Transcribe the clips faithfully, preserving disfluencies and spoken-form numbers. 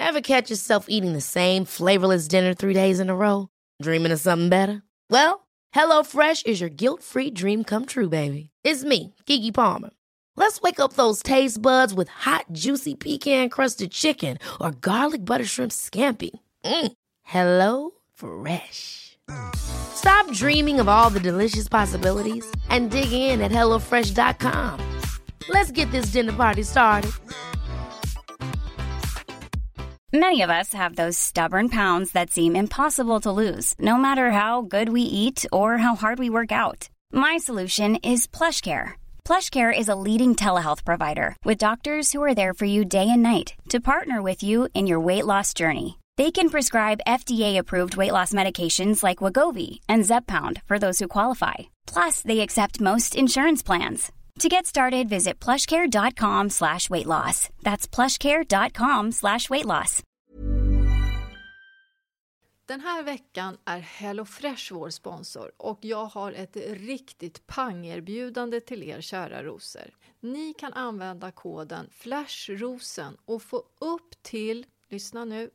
Ever catch yourself eating the same flavorless dinner three days in a row? Dreaming of something better? Well, HelloFresh is your guilt-free dream come true, baby. It's me, Keke Palmer. Let's wake up those taste buds with hot, juicy pecan-crusted chicken or garlic butter shrimp scampi. Mm. Hello Fresh. Stop dreaming of all the delicious possibilities and dig in at hello fresh dot com. Let's get this dinner party started. Many of us have those stubborn pounds that seem impossible to lose, no matter how good we eat or how hard we work out. My solution is PlushCare. PlushCare is a leading telehealth provider with doctors who are there for you day and night to partner with you in your weight loss journey. They can prescribe F D A-approved weight loss medications like Wegovy and Zepbound for those who qualify. Plus, they accept most insurance plans. To get started, visit plushcare.com slash weight loss. That's plushcare.com slash weight loss. Den här veckan är HelloFresh vår sponsor och jag har ett riktigt pangerbjudande till er kära rosor. Ni kan använda koden FLASHROSEN och få upp till, lyssna nu,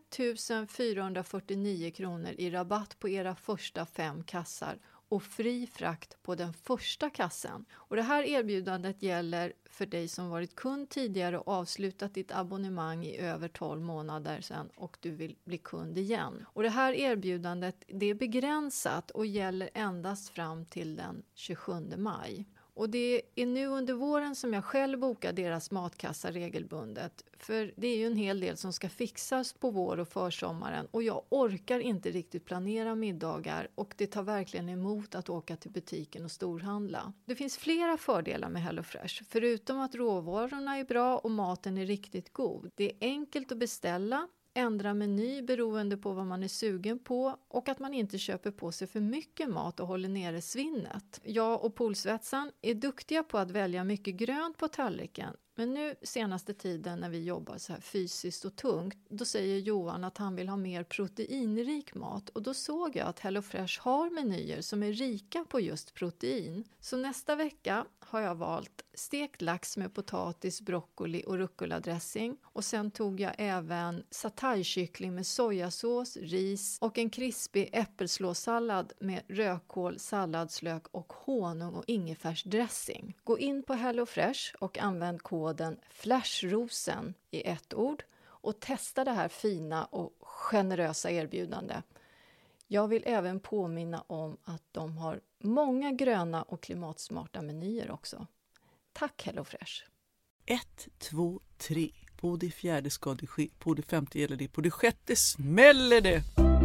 ettusensfyrahundrafyrtionio kronor i rabatt på era första fem kassar och fri frakt på den första kassen. Och det här erbjudandet gäller för dig som varit kund tidigare och avslutat ditt abonnemang i över tolv månader sedan och du vill bli kund igen. Och det här erbjudandet det är begränsat och gäller endast fram till den tjugosjunde maj. Och det är nu under våren som jag själv bokar deras matkassa regelbundet. För det är ju en hel del som ska fixas på vår och försommaren. Och jag orkar inte riktigt planera middagar. Och det tar verkligen emot att åka till butiken och storhandla. Det finns flera fördelar med HelloFresh. Förutom att råvarorna är bra och maten är riktigt god. Det är enkelt att beställa. Ändra meny beroende på vad man är sugen på och att man inte köper på sig för mycket mat och håller nere svinnet. Jag och poolsvetsan är duktiga på att välja mycket grönt på tallriken. Men nu senaste tiden när vi jobbar så här fysiskt och tungt, då säger Johan att han vill ha mer proteinrik mat. Och då såg jag att HelloFresh har menyer som är rika på just protein. Så nästa vecka har jag valt stekt lax med potatis, broccoli och rucola-dressing. Och sen tog jag även satay-kyckling med sojasås, ris och en krispig äppelslåssallad med rödkål, salladslök och honung och ingefärsdressing. Gå in på HelloFresh och använd koden FLASHROSEN i ett ord och testa det här fina och generösa erbjudande. Jag vill även påminna om att de har många gröna och klimatsmarta menyer också. Tack HelloFresh! Ett, två, tre. På det fjärde ska det ske. På det femte gäller det. På det sjätte smäller det.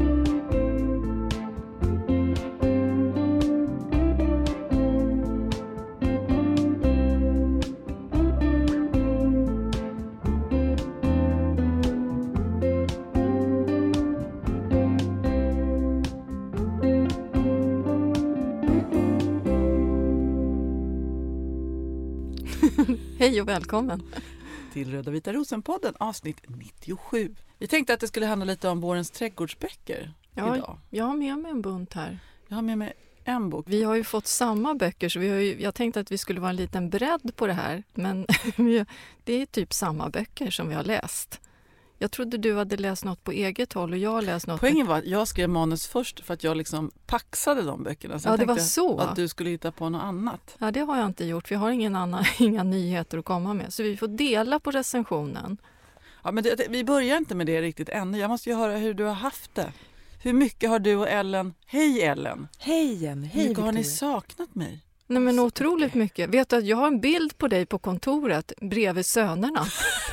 Hej och välkommen till Röda Vita Rosen-podden, avsnitt nittiosju. Vi tänkte att det skulle handla lite om vårens trädgårdsböcker ja, idag. Jag har med mig en bunt här. Jag har med mig en bok. Vi har ju fått samma böcker så vi har ju, jag tänkte att vi skulle vara en liten bredd på det här. Men det är typ samma böcker som vi har läst. Jag trodde du hade läst något på eget håll och jag har läst något. Poängen var att jag skrev manus först för att jag liksom paxade de böckerna. Sen ja, det var tänkte så. Att du skulle hitta på något annat. Ja, det har jag inte gjort för jag har ingen annan, inga nyheter att komma med. Så vi får dela på recensionen. Ja, men det, vi börjar inte med det riktigt ännu. Jag måste ju höra hur du har haft det. Hur mycket har du och Ellen... Hej Ellen! Hej Ellen! Hej Hur mycket har ni Victoria. saknat mig? Nej men otroligt mycket. Vet du att jag har en bild på dig på kontoret bredvid sönerna.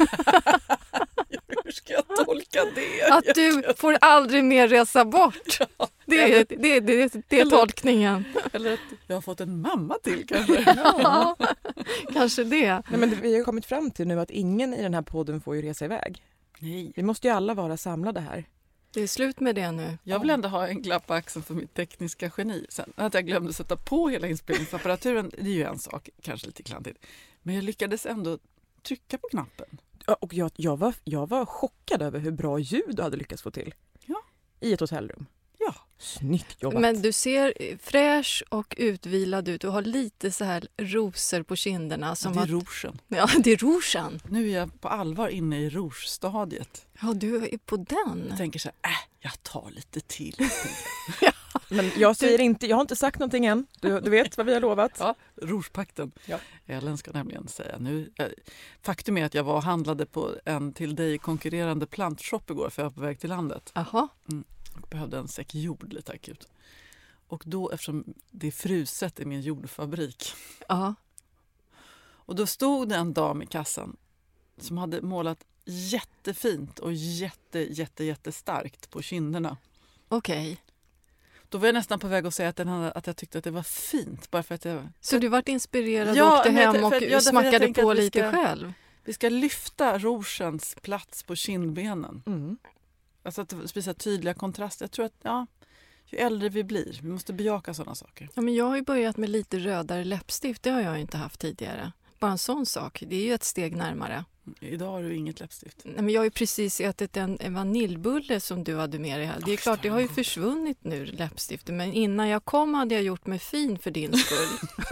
Hur ska jag tolka det? Att du får aldrig mer resa bort. Det är, det är, det är, det är tolkningen. Eller att jag har fått en mamma till kanske. Ja, kanske det. Nej, men vi har kommit fram till nu att ingen i den här podden får ju resa iväg. Nej. Vi måste ju alla vara samlade här. Det är slut med det nu. Jag vill ändå ha en klapp på axeln för mitt tekniska geni. Sen att jag glömde sätta på hela inspelningsapparaturen, det är ju en sak, kanske lite klantigt. Men jag lyckades ändå trycka på knappen. Ja, och jag, jag, var, jag var chockad över hur bra ljud du hade lyckats få till. Ja. I ett hotellrum. Ja. Snyggt jobbat. Men du ser fräsch och utvilad ut. Du har lite så här rosor på kinderna. Som Ja, det är att... rougen. Ja, det är rougen. Nu är jag på allvar inne i rouge-stadiet. Ja, du är på den. Jag tänker så här, äh, jag tar lite till. Men jag säger inte, jag har inte sagt någonting än. Du, du vet vad vi har lovat. Ja, rougepakten. Ja. Ellen ska nämligen säga nu. eh, Faktum är att jag var och handlade på en till dig konkurrerande plantshop igår för jag var på väg till landet. Jaha. Och behövde en säck jord lite akut. Och då, eftersom det är fruset i min jordfabrik. Ja. Och då stod det en dam i kassan som hade målat jättefint och jätte, jätte, jättestarkt på kinderna. Okej. Då var jag nästan på väg att säga att, den hade, att jag tyckte att det var fint. Bara för att jag... Så du vart inspirerad Ja, och åkte men jag- hem och för- ja, därför jag smackade tänker på att vi lite ska- själv? Vi ska lyfta rougens plats på kindbenen. Mm. Alltså att det blir så här tydliga kontraster. Jag tror att ja, ju äldre vi blir, vi måste bejaka sådana saker. Ja, men jag har ju börjat med lite rödare läppstift. Det har jag inte haft tidigare. Bara en sån sak. Det är ju ett steg närmare. Idag har du inget läppstift. Nej, men jag har ju precis ätit en, en vaniljbulle som du hade med dig här. Det är Oj, klart, det har ju fan. försvunnit nu, läppstiftet. Men innan jag kom hade jag gjort mig fin för din skull.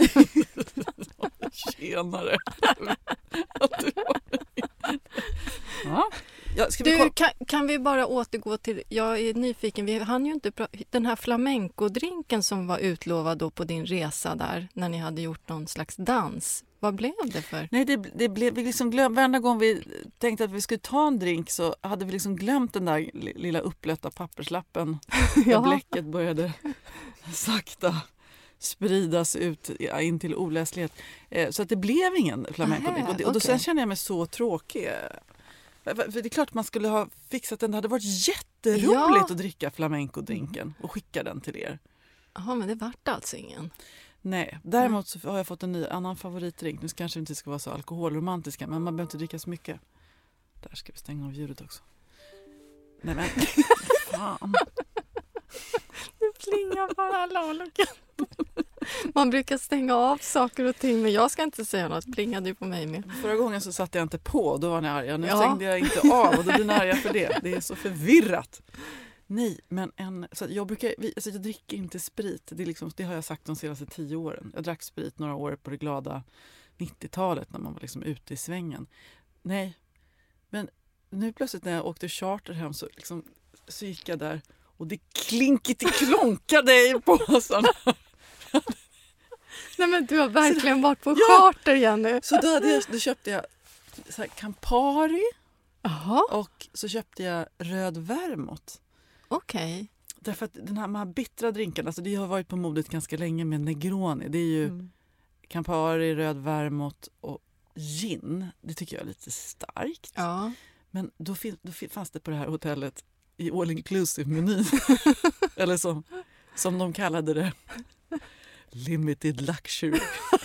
Tjenare! Ja. Ja, ska vi Du, kolla- kan, kan vi bara återgå till... Jag är nyfiken. Vi hann ju inte pra- den här flamenco-drinken som var utlovad då på din resa där när ni hade gjort någon slags dans. Vad blev det för? Nej, det, det blev vi liksom glöm, varenda gång vi tänkte att vi skulle ta en drink så hade vi liksom glömt den där li- lilla upplötta papperslappen där Ja. bläcket började sakta spridas ut in till oläslighet. Eh, så att det blev ingen flamenco. Nähä, Och, det, och då okej. sen kände jag mig så tråkig. För för det är klart man skulle ha fixat den. Det hade varit jätteroligt Ja. att dricka flamenco-drinken och skicka den till er. Jaha, men det vart alltså ingen. Nej, däremot så har jag fått en ny annan favoritdrink. Nu kanske vi inte ska vara så alkoholromantiska, men man behöver inte dricka så mycket. Där ska vi stänga av ljudet också. Nej men, fan. Det plingar bara alla olika. Man brukar stänga av saker och ting, men jag ska inte säga något. Plingade ju på mig med. Förra gången så satte jag inte på, då var ni arga. Nu Ja. stängde jag inte av och då blir ni arga för det. Det är så förvirrat. Nej, men en, så jag, brukar, vi- alltså jag dricker inte sprit. Det, är liksom, det har jag sagt de senaste tio åren. Jag drack sprit några år på det glada nittiotalet när man var liksom ute i svängen. Nej, men nu plötsligt när jag åkte charter hem så, liksom, så gick jag där och det klinkigt klonkade i påsarna. Nej, men du har verkligen varit på Ja. charter igen nu. Så då, hade jag, då köpte jag så här Campari Jaha, och så köpte jag röd vermouth. okej. Därför att den här, de här bittra drinkarna, alltså det har varit på modet ganska länge med Negroni. Det är ju Mm. Campari, röd vermouth och gin. Det tycker jag är lite starkt. Ja. Men då, fin, då fin, fanns det på det här hotellet i all inclusive menyn. Eller som, som de kallade det. Limited luxury.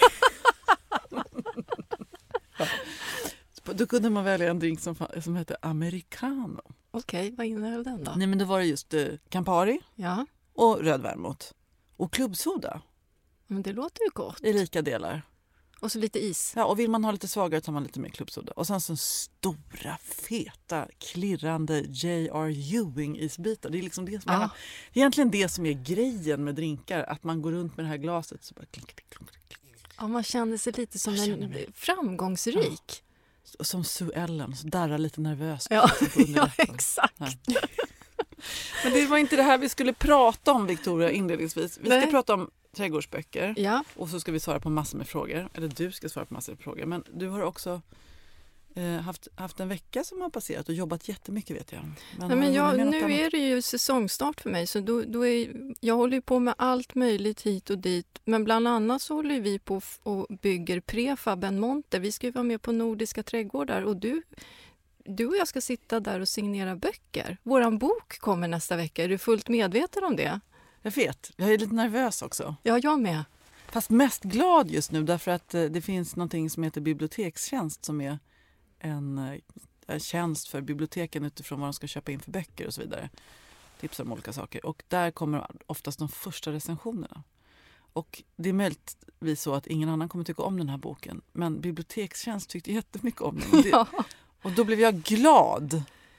Ja. Då kunde man välja en drink som, fa- som hette americano. Okej, vad innehöll den då? Nej, men då var det just eh, Campari Ja, och röd vermouth. Och klubbsoda men det låter ju gott. i lika delar. Och så lite is. Ja, och vill man ha lite svagare tar man lite mer klubbsoda. Och sen så stora, feta, klirrande J R Ewing-isbitar. Det är liksom det som är, Ah. det är egentligen det som är grejen med drinkar. Att man går runt med det här glaset så bara klink, klink, klink, klink. Ja, man känner sig lite som Jag känner en mig- framgångsrik. Och som Sue Ellen, så darrar lite nervöst. Ja, på ja, underläppen. exakt. Ja. Men det var inte det här vi skulle prata om, Victoria, inledningsvis. Vi ska Nej. prata om trädgårdsböcker. Ja, Och så ska vi svara på massor med frågor. Eller du ska svara på massor med frågor. Men du har också eh, haft, haft en vecka som har passerat och jobbat jättemycket, vet jag. Men Nej, har men du jag, hunnit med nu något annat? är det ju säsongstart för mig så då, då är, jag håller ju på med allt möjligt hit och dit. Men bland annat så håller vi på f- och bygger prefab en monter. Vi ska ju vara med på Nordiska trädgårdar och du, du och jag ska sitta där och signera böcker. Våran bok kommer nästa vecka. Är du fullt medveten om det? Jag vet, jag är lite nervös också. Ja, jag med. Fast mest glad just nu därför att eh, det finns någonting som heter bibliotekstjänst som är en, eh, en tjänst för biblioteken utifrån vad de ska köpa in för böcker och så vidare. Tipsar om olika saker. Och där kommer oftast de första recensionerna. Och det är möjligtvis så att ingen annan kommer tycka om den här boken. Men bibliotekstjänst tyckte jättemycket om den. Och, det, Ja. och då blev jag glad.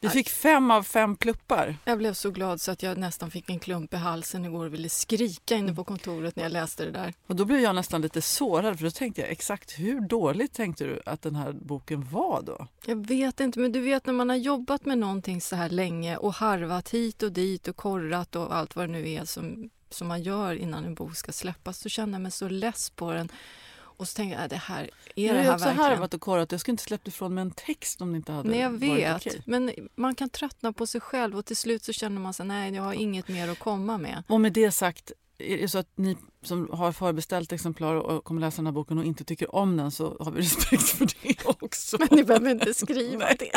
Vi fick fem av fem pluppar. Jag blev så glad så att jag nästan fick en klump i halsen igår och ville skrika inne på kontoret när jag läste det där. Och då blev jag nästan lite sårad för då tänkte jag exakt hur dåligt tänkte du att den här boken var då? Jag vet inte, men du vet när man har jobbat med någonting så här länge och harvat hit och dit och korrat och allt vad det nu är som, som man gör innan en bok ska släppas, så känner jag mig så less på den. Och så tänker jag, det här, är det här jag har också verkligen? harvat och korrat. Jag skulle inte släppt ifrån med en text om det inte hade Nej, jag varit vet. okej. Men man kan tröttna på sig själv och till slut så känner man sig, nej, jag har inget mer att komma med. Och med det sagt, är det så att ni som har förbeställt exemplar och kommer läsa den här boken och inte tycker om den, så har vi respekt för det också. Men ni behöver inte skriva det.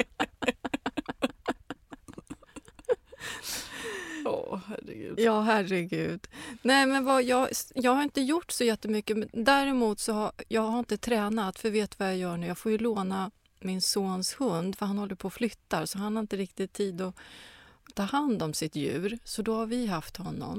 Åh, oh, herregud. Ja, herregud. Nej, men vad jag, jag har inte gjort så jättemycket. Men däremot så har jag har inte tränat, för vet vad jag gör nu? Jag får ju låna min sons hund, för han håller på och flyttar, så han har inte riktigt tid att ta hand om sitt djur. Så då har vi haft honom.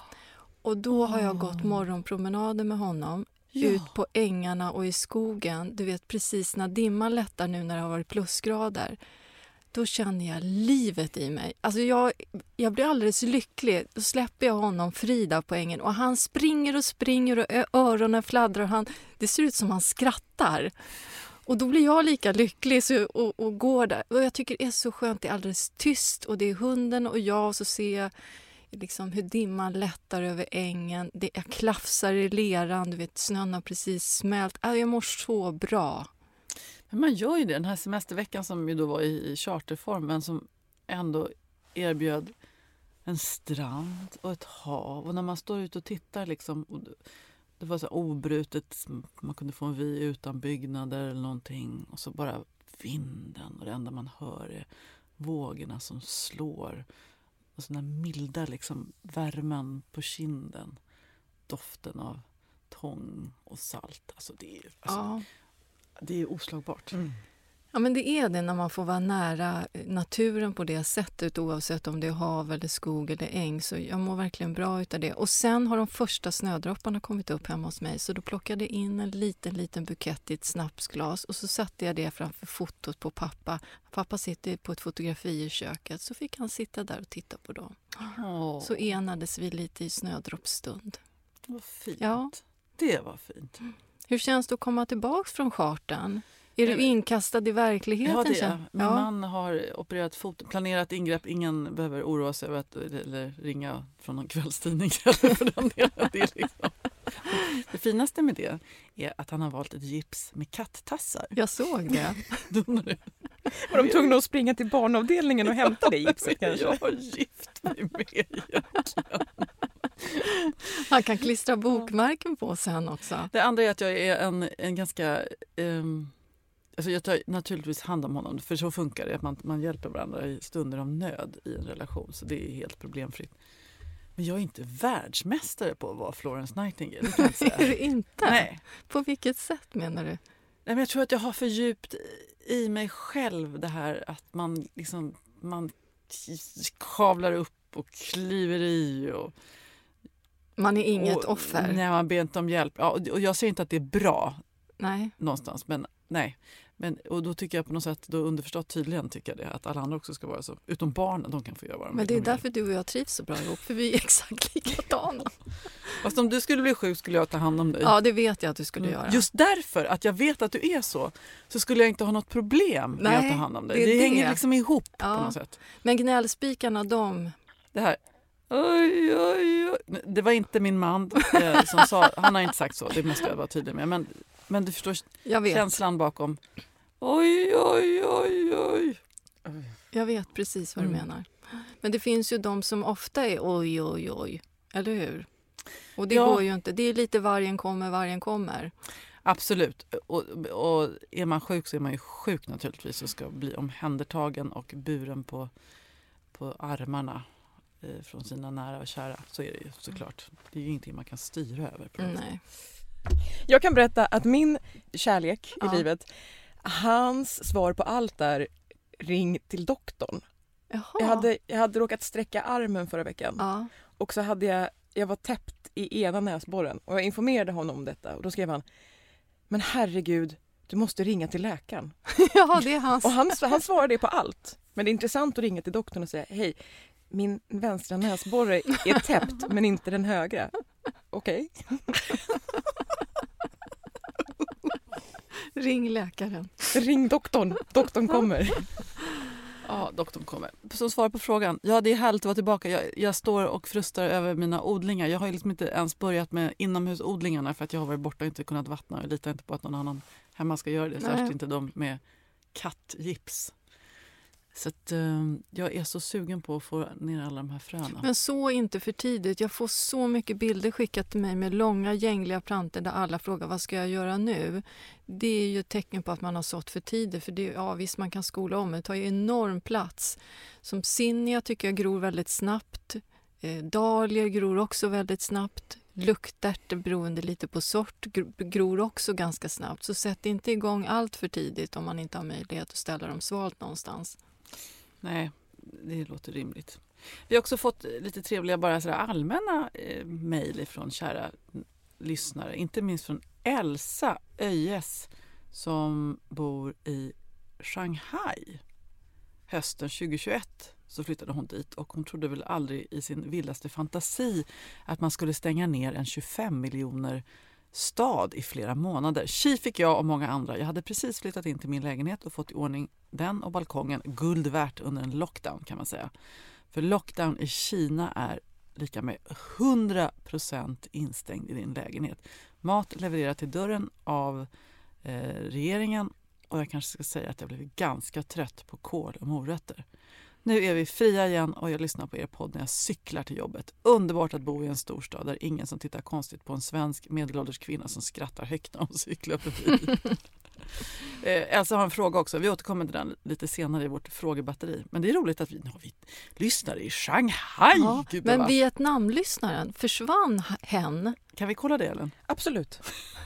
Och då har jag gått morgonpromenader med honom. Ja. Ut på ängarna och i skogen. Du vet precis när dimman lättar nu när det har varit plusgrader. Då känner jag livet i mig. Alltså jag, jag blir alldeles lycklig. Då släpper jag honom Frida på ängen. Och han springer och springer och öronen fladdrar. Han, det ser ut som han skrattar. Och då blir jag lika lycklig så, och, och går där. Och jag tycker det är så skönt. Det är alldeles tyst. Och det är hunden och jag. Och så ser jag liksom hur dimman lättar över ängen. Det är klafsar i leran. Du vet, snön har precis smält. Jag mår så bra. Men man gör ju det. Den här semesterveckan som ju då var i, i charterform, men som ändå erbjöd en strand och ett hav. Och när man står ute och tittar liksom, och det var så obrutet, man kunde få en vy utan byggnader eller någonting. Och så bara vinden och det enda man hör är vågorna som slår. Och så den här milda liksom värmen på kinden. Doften av tång och salt. Alltså det är alltså, Ja. det är oslagbart. Mm. Ja, men det är det när man får vara nära naturen på det sättet, oavsett om det är hav eller skog eller äng. Så jag mår verkligen bra utav det. Och sen har de första snödropparna kommit upp hemma hos mig. Så då plockade jag in en liten, liten bukett i ett snapsglas. Och så satte jag det framför fotot på pappa. Pappa sitter på ett fotografi i köket. Så fick han sitta där och titta på dem. Oh. Så enades vi lite i snödroppsstund. Vad fint. Ja. Det var fint. Hur känns det att komma tillbaka från chartan? Är du inkastad i verkligheten? Ja, det är. Min ja. man har opererat fot, planerat ingrepp. Ingen behöver oroa sig över att eller ringa från någon kvällstidning eller för den delen. Det, är liksom. Det finaste med det är att han har valt ett gips med kattassar. Jag såg det. Var de tvungna att springa till barnavdelningen och hämta det gipset kanske? Jag har gift mig med egentligen. Han kan klistra bokmärken på sen också. Det andra är att jag är en, en ganska... Um, alltså jag tar naturligtvis hand om honom, för så funkar det. Att man, man hjälper varandra i stunder av nöd i en relation, så det är helt problemfritt. Men jag är inte världsmästare på att vara Florence Nightingale. Det kan jag inte säga. Är du inte? Nej. På vilket sätt menar du? Nej, men jag tror att jag har fördjupt i mig själv det här att man, liksom, man kavlar upp och kliver i och... Man är inget och, offer. Nej, man ber inte om hjälp. Ja, och jag säger inte att det är bra nej. någonstans, men nej. Men, och då tycker jag på något sätt, då underförstått tydligen tycker jag det, att alla andra också ska vara så. Utom barnen, de kan få göra vad de Men det är de därför du och jag trivs så bra ihop, för vi är exakt likadana. Fast om du skulle bli sjuk skulle jag ta hand om dig. Ja, det vet jag att du skulle mm. göra. Just därför att jag vet att du är så, så skulle jag inte ha något problem med nej, att ta hand om dig. Det, det, det hänger liksom ihop ja. på något sätt. Men gnällspikarna, de... Det här... Oj, oj, oj. Det var inte min man eh, som sa, han har inte sagt så, det måste jag vara tydlig med. Men, men du förstår jag vet. känslan bakom. Oj, oj, oj, oj. Jag vet precis vad du mm. menar. Men det finns ju de som ofta är oj, oj, oj. Eller hur? Och det ja. går ju inte. Det är lite vargen kommer, vargen kommer. Absolut. Och, och är man sjuk så är man ju sjuk naturligtvis och ska bli omhändertagen och buren på, på armarna eh, från sina nära och kära. Så är det ju såklart. Det är ju ingenting man kan styra över. På Nej. Jag kan berätta att min kärlek ja. i livet, hans svar på allt är ring till doktorn. Jaha. Jag hade, jag hade råkat sträcka armen förra veckan. Ja. Och så hade jag, jag var täppt i ena näsborren. Och jag informerade honom om detta. Och då skrev han, men herregud, du måste ringa till läkaren. Ja, det är hans. Och han, han svarade det på allt. Men det är intressant att ringa till doktorn och säga hej, min vänstra näsborre är täppt men inte den högra. Okej. Ring läkaren. Ring doktorn. Doktorn kommer. Ja, doktorn kommer. Som svar på frågan. Ja, det är härligt att vara tillbaka. Jag, jag står och frustar över mina odlingar. Jag har ju liksom inte ens börjat med inomhusodlingarna för att jag har varit borta och inte kunnat vattna. Jag litar inte på att någon annan hemma ska göra det. Särskilt inte de med kattgips. Så att, um, jag är så sugen på att få ner alla de här fröna. Men så inte för tidigt. Jag får så mycket bilder skickat till mig med långa gängliga plantor där alla frågar vad ska jag göra nu. Det är ju ett tecken på att man har sått för tidigt. För det, ja, visst, man kan skola om, men det tar ju enorm plats. Som zinnia tycker jag gror väldigt snabbt. Eh, dahlior gror också väldigt snabbt. Luktärtor beroende lite på sort gror också ganska snabbt. Så sätt inte igång allt för tidigt om man inte har möjlighet att ställa dem svalt någonstans. Nej, det låter rimligt. Vi har också fått lite trevliga bara sådär allmänna eh, mejl från kära lyssnare. Inte minst från Elsa Öjes som bor i Shanghai. Hösten tjugohundratjugoett så flyttade hon dit och hon trodde väl aldrig i sin vildaste fantasi att man skulle stänga ner en tjugofem miljoner stad i flera månader. Tji fick jag och många andra. Jag hade precis flyttat in till min lägenhet och fått i ordning den och balkongen. Guld värt under en lockdown kan man säga. För lockdown i Kina är lika med hundra procent instängd i din lägenhet. Mat levererat till dörren av eh, regeringen och jag kanske ska säga att jag blev ganska trött på kål och morötter. Nu är vi fria igen och jag lyssnar på er podd när jag cyklar till jobbet. Underbart att bo i en storstad där ingen som tittar konstigt på en svensk medelålders kvinna som skrattar högt när hon cyklar förbi. eh, Elsa har en fråga också. Vi återkommer till den lite senare i vårt frågebatteri. Men det är roligt att vi, nu har vi lyssnare i Shanghai. Ja, men Vietnamlyssnaren, försvann hen? Kan vi kolla det, Ellen? Absolut.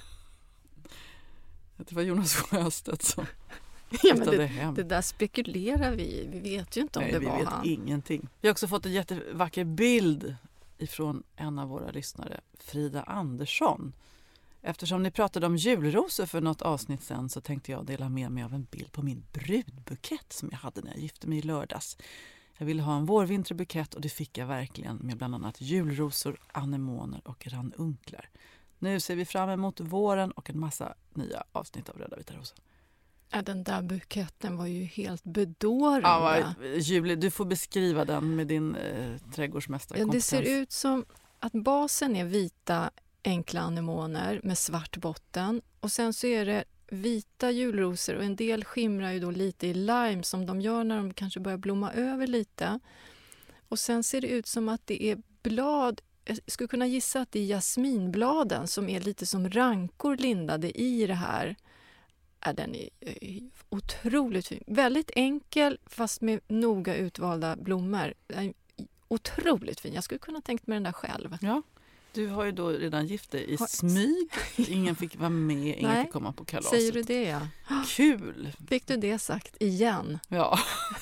Det var Jonas Sjöstedt som... Ja, men det, det där spekulerar vi. Vi vet ju inte om Nej, det vi var vet han. Ingenting. Vi har också fått en jättevacker bild ifrån en av våra lyssnare, Frida Andersson. Eftersom ni pratade om julrosor för något avsnitt sen så tänkte jag dela med mig av en bild på min brudbukett som jag hade när jag gifte mig i lördags. Jag ville ha en vårvinterbukett och det fick jag verkligen med bland annat julrosor, anemoner och ranunklar. Nu ser vi fram emot våren och en massa nya avsnitt av Röda vita rosen. Ja, den där buketten var ju helt bedårande. Ja, Julie, du får beskriva den med din eh, trädgårdsmästarkompetens. Ja, det ser ut som att basen är vita enkla anemoner med svart botten. Och sen så är det vita julrosor och en del skimrar ju då lite i lime som de gör när de kanske börjar blomma över lite. Och sen ser det ut som att det är blad. Jag skulle kunna gissa att det är jasminbladen som är lite som rankor lindade i det här. Ja, den är otroligt fin. Väldigt enkel fast med noga utvalda blommor. Otroligt fin. Jag skulle kunna tänkt mig den där själv. Ja, du har ju då redan gift dig i smyg. Ingen fick vara med, ingen Nej, fick komma på kalaset. Säger du det, ja. Kul! Fick du det sagt igen? Ja.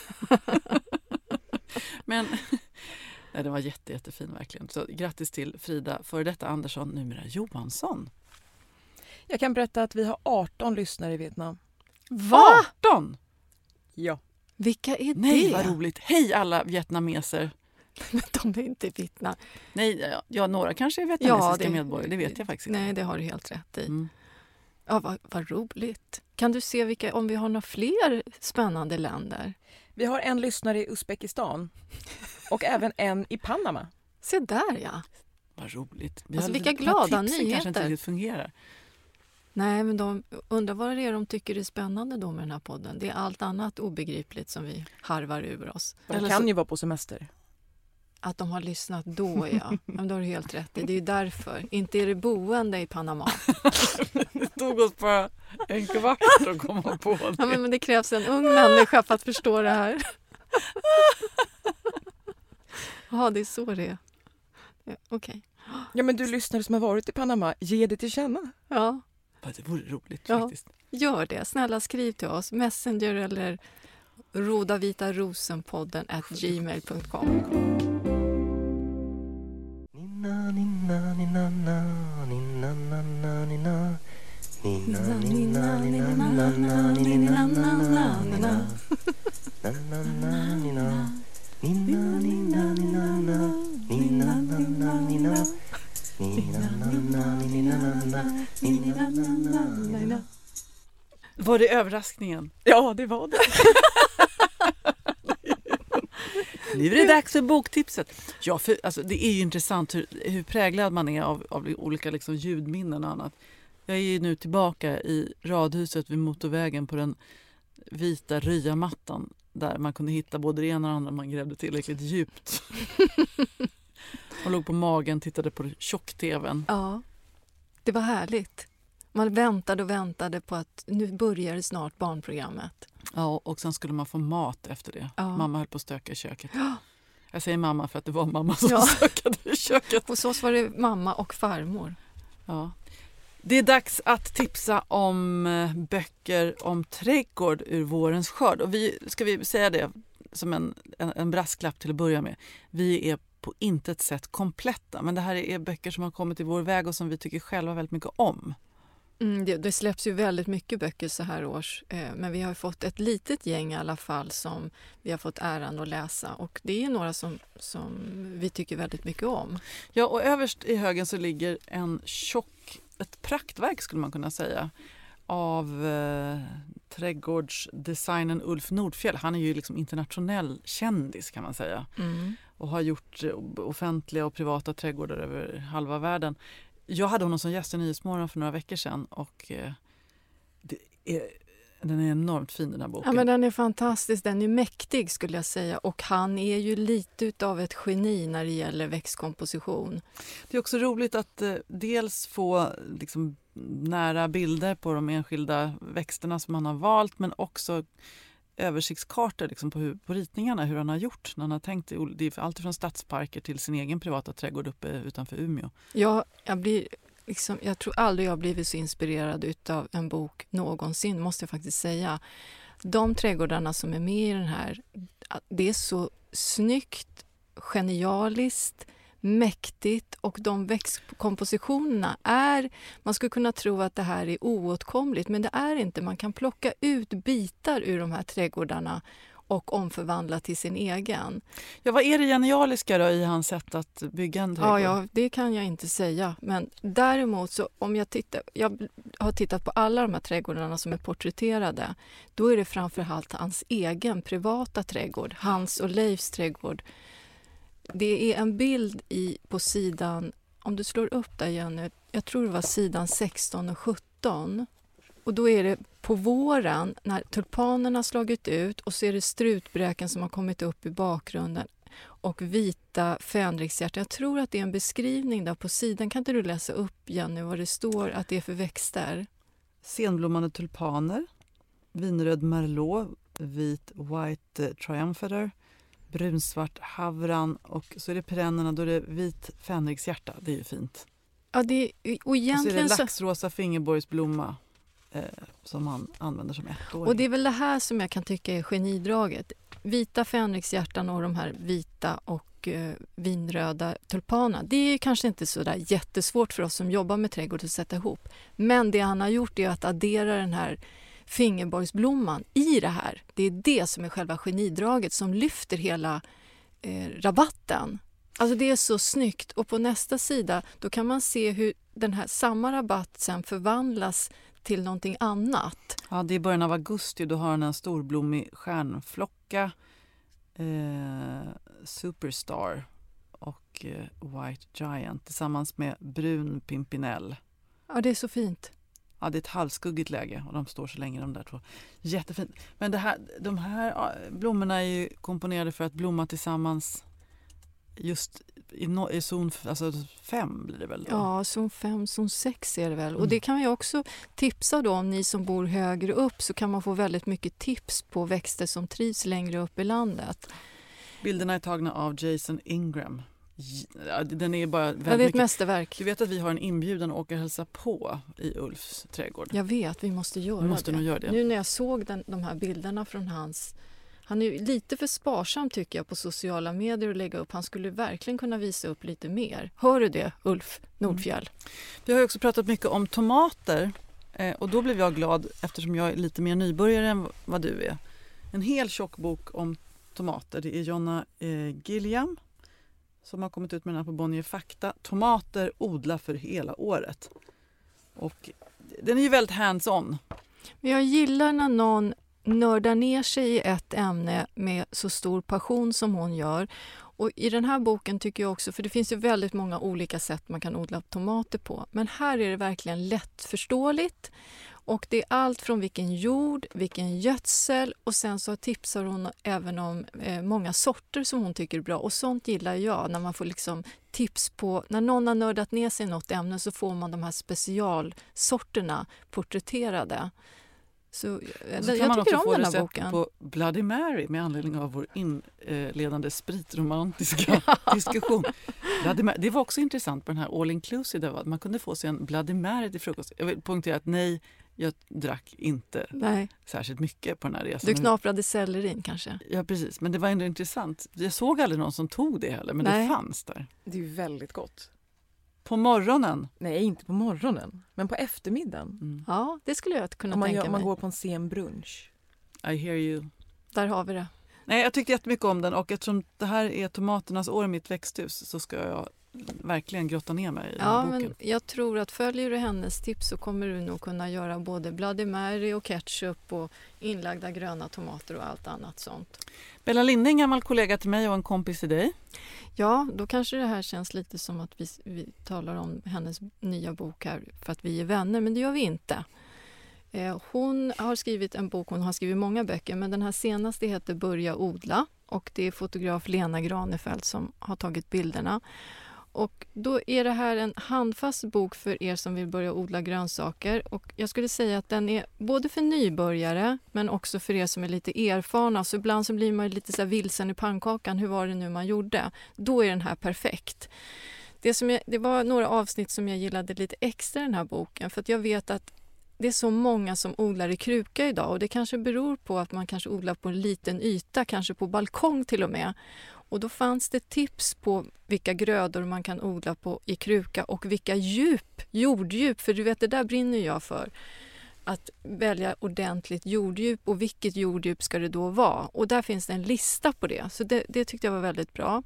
Men nej, det var jätte, jättefin verkligen. Så grattis till Frida, för detta Andersson, numera Johansson. Jag kan berätta att vi har arton lyssnare i Vietnam. Va? arton? Ja. Vilka är Nej, det? vad roligt. Hej alla vietnameser. Men de är inte vittna. Nej, ja, ja, några kanske är vietnamesiska Ja, det- medborgare. Det vet jag faktiskt inte. Nej, det har du helt rätt i. Mm. Ja, vad, vad roligt. Kan du se vilka, om vi har några fler spännande länder? Vi har en lyssnare i Uzbekistan och även en i Panama. Se där, ja. Vad roligt. Vi Alltså, har vilka lite- glada tipsen kanske inte nyheter. riktigt fungerar. Nej, men de undrar vad det är de tycker är spännande då med den här podden. Det är allt annat obegripligt som vi harvar ur oss. De Eller kan så- ju vara på semester. Att de har lyssnat då, ja. Men då har du helt rätt i. Det är ju därför. Inte är det boende i Panama. Det tog oss bara en kvart att komma på det. Ja, men, men det krävs en ung människa för att förstå det här. Ja, det är så det är. Ja, okej. Ja, men du lyssnare som har varit i Panama, ge det till känna. Ja, Det vore roligt Ja. faktiskt. gör det. Snälla skriv till oss. Messenger eller rodavitarosenpodden at gmail punkt com. Nina, nina, nina, na, nina, na, na, nina. Nina, nina, nina, na, na, nina, na, na, nina. Na, na, na, Nina, nina, nina, nina, nina, nina, nina. Var det överraskningen? Ja, det var det. Nu är det dags för boktipset. Ja, för, alltså, det är ju intressant hur, hur präglad man är av, av olika liksom, ljudminnen och annat. Jag är ju nu tillbaka i radhuset vid motorvägen på den vita ryamattan där man kunde hitta både det ena och det andra man grävde tillräckligt djupt. Man låg på magen, tittade på tjock-tvn. Ja, det var härligt. Man väntade och väntade på att nu börjar det snart barnprogrammet. Ja, och sen skulle man få mat efter det. Ja. Mamma höll på att stöka i köket. Ja. Jag säger mamma för att det var mamma som Ja. stökade i köket. Hos oss var det mamma och farmor. Ja. Det är dags att tipsa om böcker om trädgård ur vårens skörd. Och vi, ska vi säga det som en, en, en brasklapp till att börja med. Vi är på intet sätt kompletta, men det här är böcker som har kommit i vår väg och som vi tycker själva väldigt mycket om. Mm, det, det släpps ju väldigt mycket böcker så här års, eh, men vi har fått ett litet gäng i alla fall som vi har fått äran att läsa, och det är några som, som vi tycker väldigt mycket om. Ja, och överst i högen så ligger en tjock, ett praktverk skulle man kunna säga, av eh, trädgårdsdesignern Ulf Nordfjell. Han är ju liksom internationell kändis kan man säga. Mm. Och har gjort offentliga och privata trädgårdar över halva världen. Jag hade honom som gäst i Nyhetsmorgon för några veckor sedan och eh, det är, den är enormt fin den här boken. Ja, men den är fantastisk, den är mäktig skulle jag säga, och han är ju lite av ett geni när det gäller växtkomposition. Det är också roligt att eh, dels få liksom, nära bilder på de enskilda växterna som han har valt, men också översiktskartor liksom, på, hur, på ritningarna, hur han har gjort när han har tänkt. Det är allt från stadsparker till sin egen privata trädgård uppe utanför Umeå. Ja, jag blir liksom, jag tror aldrig jag har blivit så inspirerad utav en bok någonsin, måste jag faktiskt säga. De trädgårdarna som är med i den här, det är så snyggt, genialiskt, mäktigt, och de växtkompositionerna är, man skulle kunna tro att det här är oåtkomligt, men det är inte. Man kan plocka ut bitar ur de här trädgårdarna och omförvandla till sin egen. Ja, vad är det genialiska då i hans sätt att bygga en trädgård? Ja, ja, det kan jag inte säga. Men däremot så om jag tittar, jag har tittat på alla de här trädgårdarna som är porträtterade, då är det framförallt hans egen privata trädgård, hans och Leifs trädgård. Det är en bild i, på sidan, om du slår upp där Jenny, jag tror det var sidan sexton och sjutton. Och då är det på våren när tulpanerna slagit ut, och så är det strutbräken som har kommit upp i bakgrunden och vita fänrikshjärtan. Jag tror att det är en beskrivning där på sidan. Kan inte du läsa upp Jenny vad det står att det är för växter? Senblommande tulpaner, vinröd merlot, vit white triumphator, brunsvart havran, och så är det perennerna, då är det vit fänrikshjärta. Det är ju fint. Ja, det är, och egentligen och så är det så... laxrosa fingerborgsblomma eh, som man använder som ettåring. Och det är väl det här som jag kan tycka är genidraget. Vita fänrikshjärtan och de här vita och eh, vinröda tulpanerna. Det är kanske inte så där jättesvårt för oss som jobbar med trädgård att sätta ihop. Men det han har gjort är att addera den här fingerborgsblomman i det här. Det är det som är själva genidraget som lyfter hela eh, rabatten. Alltså det är så snyggt, och på nästa sida då kan man se hur den här samma rabatt sen förvandlas till någonting annat. Ja, det är början av augusti, då har han en storblommig stjärnflocka, eh, Superstar och eh, White Giant tillsammans med brun pimpinell. Ja, det är så fint. Ja, det är ett halvskuggigt läge och de står så länge de där två. Jättefint. Men det här, de här blommorna är ju komponerade för att blomma tillsammans just i, no, i zon alltså fem blir det väl då? Ja, zon fem, zon sex är det väl. Och det kan jag också tipsa då, om ni som bor högre upp så kan man få väldigt mycket tips på växter som trivs längre upp i landet. Bilderna är tagna av Jason Ingram. Den är bara väldigt ja, det är ett mycket. Mästerverk. Du vet att vi har en inbjudan att åka och hälsa på i Ulfs trädgård. Jag vet, vi måste göra vi måste det. Nog göra det. Nu när jag såg den, de här bilderna från hans... Han är lite för sparsam tycker jag på sociala medier att lägga upp. Han skulle verkligen kunna visa upp lite mer. Hör du det, Ulf Nordfjell? Mm. Vi har ju också pratat mycket om tomater. Eh, och då blev jag glad eftersom jag är lite mer nybörjare än vad du är. En hel tjock bok om tomater. Det är Jonna eh, Gilliam som har kommit ut med den här på Bonnier Fakta. Tomater odla för hela året. Och den är ju väldigt hands-on. Jag gillar när någon nördar ner sig i ett ämne med så stor passion som hon gör. Och i den här boken tycker jag också, för det finns ju väldigt många olika sätt man kan odla tomater på. Men här är det verkligen lättförståeligt. Och det är allt från vilken jord, vilken gödsel och sen så tipsar hon även om eh, många sorter som hon tycker är bra. Och sånt gillar jag, när man får liksom tips på, när någon har nördat ner sig i något ämne så får man de här specialsorterna porträtterade. Så, så kan jag man tycker också om få den här recept boken. på Bloody Mary med anledning av vår inledande spritromantiska diskussion. Bloody Mary, det var också intressant på den här all inclusive. Där man kunde få sig en Bloody Mary till frukost. Jag vill poängtera att nej, jag drack inte Nej. särskilt mycket på den här resan. Du knaprade sellerin kanske? Ja, precis. Men det var ändå intressant. Jag såg aldrig någon som tog det heller, men Nej. det fanns där. Det är ju väldigt gott. På morgonen. Nej, inte på morgonen, men på eftermiddagen. Mm. Ja, det skulle jag kunna Om man, tänka gör, om man mig. går på en sen brunch. I hear you. Där har vi det. Nej, jag tyckte jättemycket om den och eftersom det här är tomaternas år i mitt växthus så ska jag verkligen grotta ner mig i den Ja, här boken. men jag tror att följer du hennes tips så kommer du nog kunna göra både Bloody Mary och ketchup och inlagda gröna tomater och allt annat sånt. Bella Linde, en gammal kollega till mig och en kompis till dig. Ja, då kanske det här känns lite som att vi, vi talar om hennes nya bok här för att vi är vänner, men det gör vi inte. Eh, hon har skrivit en bok, hon har skrivit många böcker, men den här senaste heter Börja odla och det är fotograf Lena Granefelt som har tagit bilderna. Och då är det här en handfast bok för er som vill börja odla grönsaker. Och jag skulle säga att den är både för nybörjare men också för er som är lite erfarna. Så ibland så blir man lite så här vilsen i pannkakan. Hur var det nu man gjorde? Då är den här perfekt. Det, som jag, det var några avsnitt som jag gillade lite extra i den här boken. För att jag vet att det är så många som odlar i kruka idag. Och det kanske beror på att man kanske odlar på en liten yta, kanske på balkong till och med. Och då fanns det tips på vilka grödor man kan odla på i kruka och vilka djup, jorddjup, för du vet det där brinner jag för. Att välja ordentligt jorddjup och vilket jorddjup ska det då vara. Och där finns det en lista på det, så det, det tyckte jag var väldigt bra.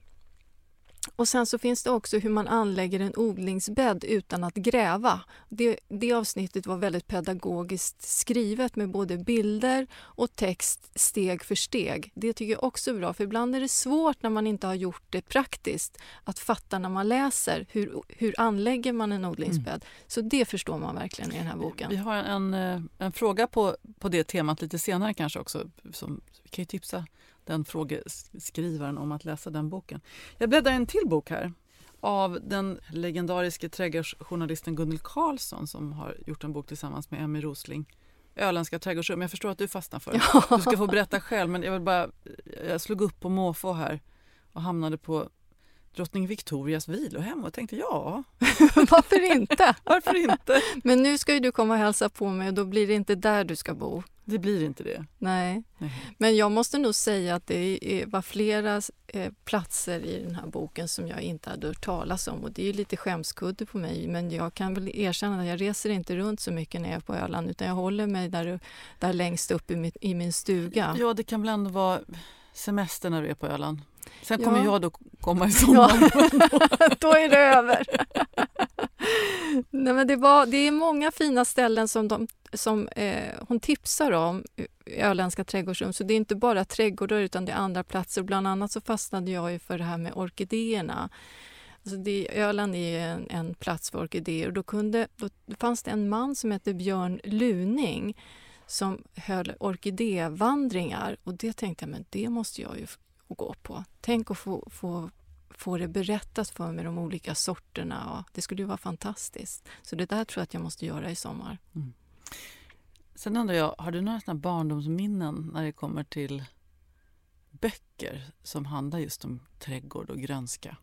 Och sen så finns det också hur man anlägger en odlingsbädd utan att gräva. Det, det avsnittet var väldigt pedagogiskt skrivet med både bilder och text steg för steg. Det tycker jag också är bra, för ibland är det svårt när man inte har gjort det praktiskt att fatta när man läser hur, hur anlägger man en odlingsbädd. Mm. Så det förstår man verkligen i den här boken. Vi har en, en fråga på, på det temat lite senare kanske också. Som, vi kan ju tipsa den frågeskrivaren om att läsa den boken. Jag bläddrar en till bok här av den legendariska trädgårdsjournalisten Gunnel Karlsson som har gjort en bok tillsammans med Emmy Rosling. Öländska trädgårdsrum. Jag förstår att du fastnar för det. Ja. Du ska få berätta själv, men jag vill bara jag slog upp på måfå här och hamnade på drottning Victorias vilohem och tänkte ja. Varför inte? Varför inte? Men nu ska ju du komma och hälsa på mig och då blir det inte där du ska bo. Det blir inte det. Nej. Nej. Men jag måste nog säga att det var flera eh, platser i den här boken som jag inte hade hört talas om. Och det är lite skämskudde på mig. Men jag kan väl erkänna att jag reser inte runt så mycket när jag är på Öland. Utan jag håller mig där, där längst upp i, mitt, i min stuga. Ja, det kan väl ändå vara semester när du är på Öland. Sen Ja. kommer jag då komma i sommar. Ja, då är det över. Nej, men det, var, det är många fina ställen som, de, som eh, hon tipsar om i Öländska trädgårdsrum. Så det är inte bara trädgårdar utan det är andra platser. Bland annat så fastnade jag ju för det här med orkidéerna. Alltså det, Öland är en, en plats för orkidéer. Och då, kunde, då fanns det en man som hette Björn Luning som höll orkidévandringar. Och det tänkte jag, men det måste jag ju gå på. Tänk att få... få få det berättat för mig de olika sorterna. Och det skulle ju vara fantastiskt. Så det där tror jag att jag måste göra i sommar. Mm. Sen undrar jag, har du några såna barndomsminnen när det kommer till böcker som handlar just om trädgård och grönska?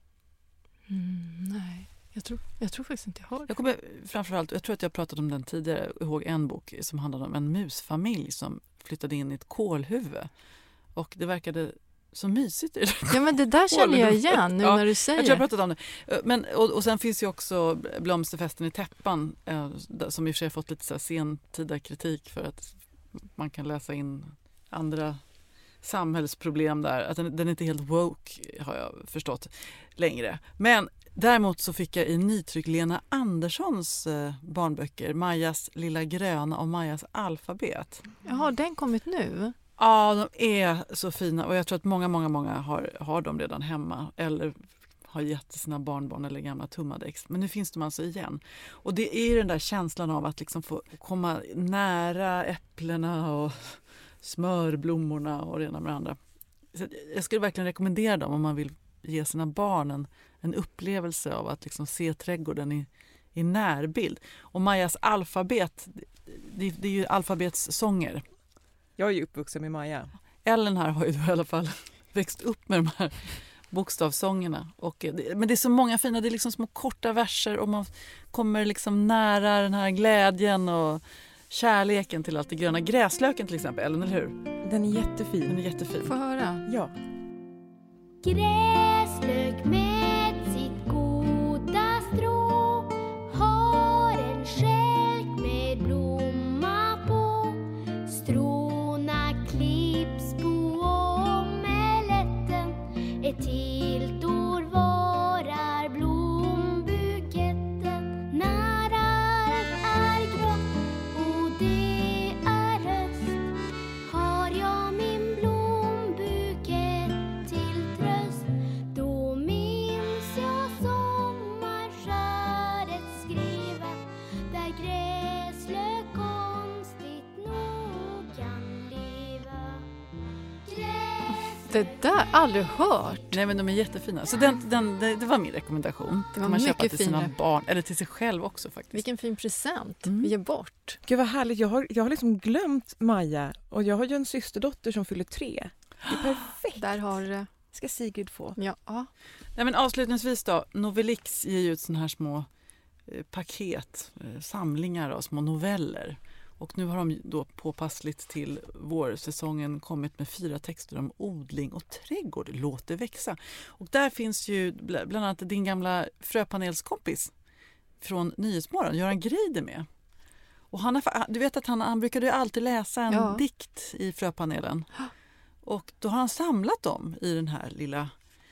Mm, nej, jag tror, jag tror faktiskt inte jag har det. Jag kommer framförallt, jag tror att jag pratat om den tidigare, ihåg en bok som handlade om en musfamilj som flyttade in i ett kolhuvud. Och det verkade så mysigt i det. Ja, men det där känner jag igen nu ja, när du säger. Jag tror jag pratat om det. Men, och, och sen finns ju också Blomsterfesten i Täppan eh, som i och för sig fått lite så här sentida kritik för att man kan läsa in andra samhällsproblem där. Att den, den är inte helt woke, har jag förstått längre. Men däremot så fick jag i nytryck Lena Anderssons eh, barnböcker, Majas lilla gröna och Majas alfabet. Ja, har den kommit nu? Ja, de är så fina och jag tror att många, många, många har, har dem redan hemma eller har gett sina barnbarn eller gamla tummadex. Men nu finns de alltså igen. Och det är den där känslan av att liksom få komma nära äpplena och smörblommorna och det ena med det andra. Så jag skulle verkligen rekommendera dem om man vill ge sina barn en, en upplevelse av att liksom se trädgården i, i närbild. Och Majas alfabet, det, det är ju alfabetssånger. Jag är ju uppvuxen med Maja. Ellen här har ju i alla fall växt upp med de här bokstavssångerna. Och, men det är så många fina, det är liksom små korta verser och man kommer liksom nära den här glädjen och kärleken till allt det gröna. Gräslöken till exempel, Ellen, eller hur? Den är jättefin. Den är jättefin. Få höra. Ja. Gräslök med sitt goda strå har en skälk med blomma på. Stråna klipps på omeletten. Ett helt år varar blombuketten. När allt är grått och det är höst har jag min blombukett till tröst. Då minns jag sommarskäret skriva där gräslök konstigt nog kan leva. Gräslök Det där aldrig hört. Nej, men de är jättefina. Så den, den, det, det var min rekommendation. Det var kan man köpa mycket till sina finare. barn eller till sig själv också faktiskt. Vilken fin present Mm. vi ger bort. Gud vad härligt. Jag har, jag har liksom glömt Maja och jag har ju en systerdotter som fyller tre. Det är perfekt. Där har du. Ska Sigrid få. Ja. Nej, men avslutningsvis då, Novelix ger ju ut såna här små eh, paket, eh, samlingar av små noveller. Och nu har de då påpassligt till vårsäsongen kommit med fyra texter om odling och trädgård. Låt det växa. Och där finns ju bl- bland annat din gamla fröpanelskompis från Nyhetsmorgon, Göran Greider med. Och han har, du vet att han, han brukade ju alltid läsa en Ja. dikt i fröpanelen. Och då har han samlat dem i den här lilla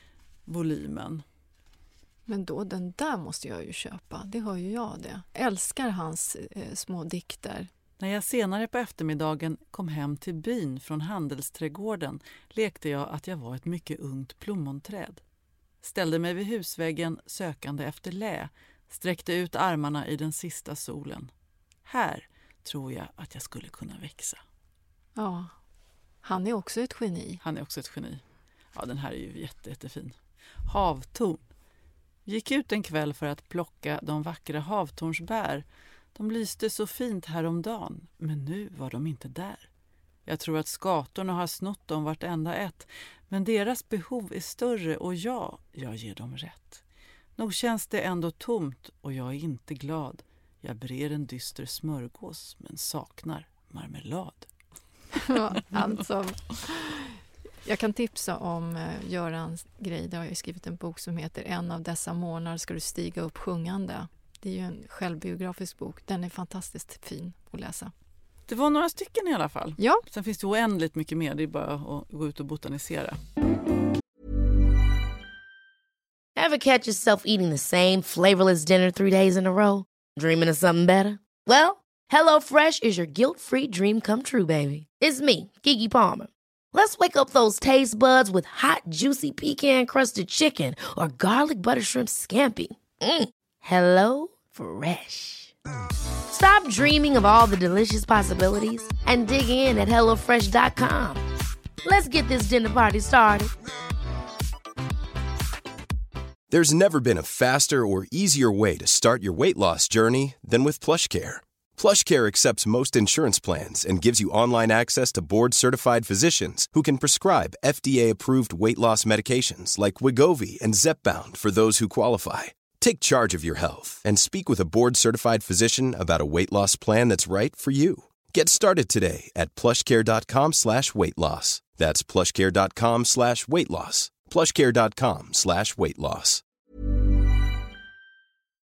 volymen. Men då, den där måste jag ju köpa. Det hör ju jag det. Älskar hans eh, små dikter. När jag senare på eftermiddagen kom hem till byn från handelsträdgården lekte jag att jag var ett mycket ungt plommonträd. Ställde mig vid husväggen sökande efter lä, sträckte ut armarna i den sista solen. Här tror jag att jag skulle kunna växa. Ja, han är också ett geni. Han är också ett geni. Ja, den här är ju jätte, jättefin. Havtorn. Gick ut en kväll för att plocka de vackra havtornsbär. De lyste så fint häromdagen, men nu var de inte där. Jag tror att skatorna har snott dem vartenda ett, men deras behov är större och ja, jag ger dem rätt. Nog känns det ändå tomt och jag är inte glad. Jag brer en dyster smörgås men saknar marmelad. Ja, alltså, jag kan tipsa om uh, Göran Greider har ju skrivit en bok som heter En av dessa månader ska du stiga upp sjungande. Det är ju en självbiografisk bok. Den är fantastiskt fin att läsa. Det var några stycken i alla fall. Ja. Sen finns det oändligt mycket mer. Det är bara att gå ut och botanisera. Ever catch yourself eating the same flavorless dinner three days in a row? Dreaming of something better? Well, HelloFresh is your guilt-free dream come true, baby. It's me, Keke Palmer. Let's wake up those taste buds with hot, juicy pecan-crusted chicken or garlic butter shrimp scampi. Mm. Hello Fresh. Stop dreaming of all the delicious possibilities and dig in at hello fresh dot com. Let's get this dinner party started. There's never been a faster or easier way to start your weight loss journey than with PlushCare. PlushCare accepts most insurance plans and gives you online access to board-certified physicians who can prescribe F D A-approved weight loss medications like Wegovy and Zepbound for those who qualify. Take charge of your health and speak with a board-certified physician about a weight loss plan that's right for you. Get started today at plushcare.com slash weight loss. That's plushcare.com slash weight loss. plushcare.com slash weight loss.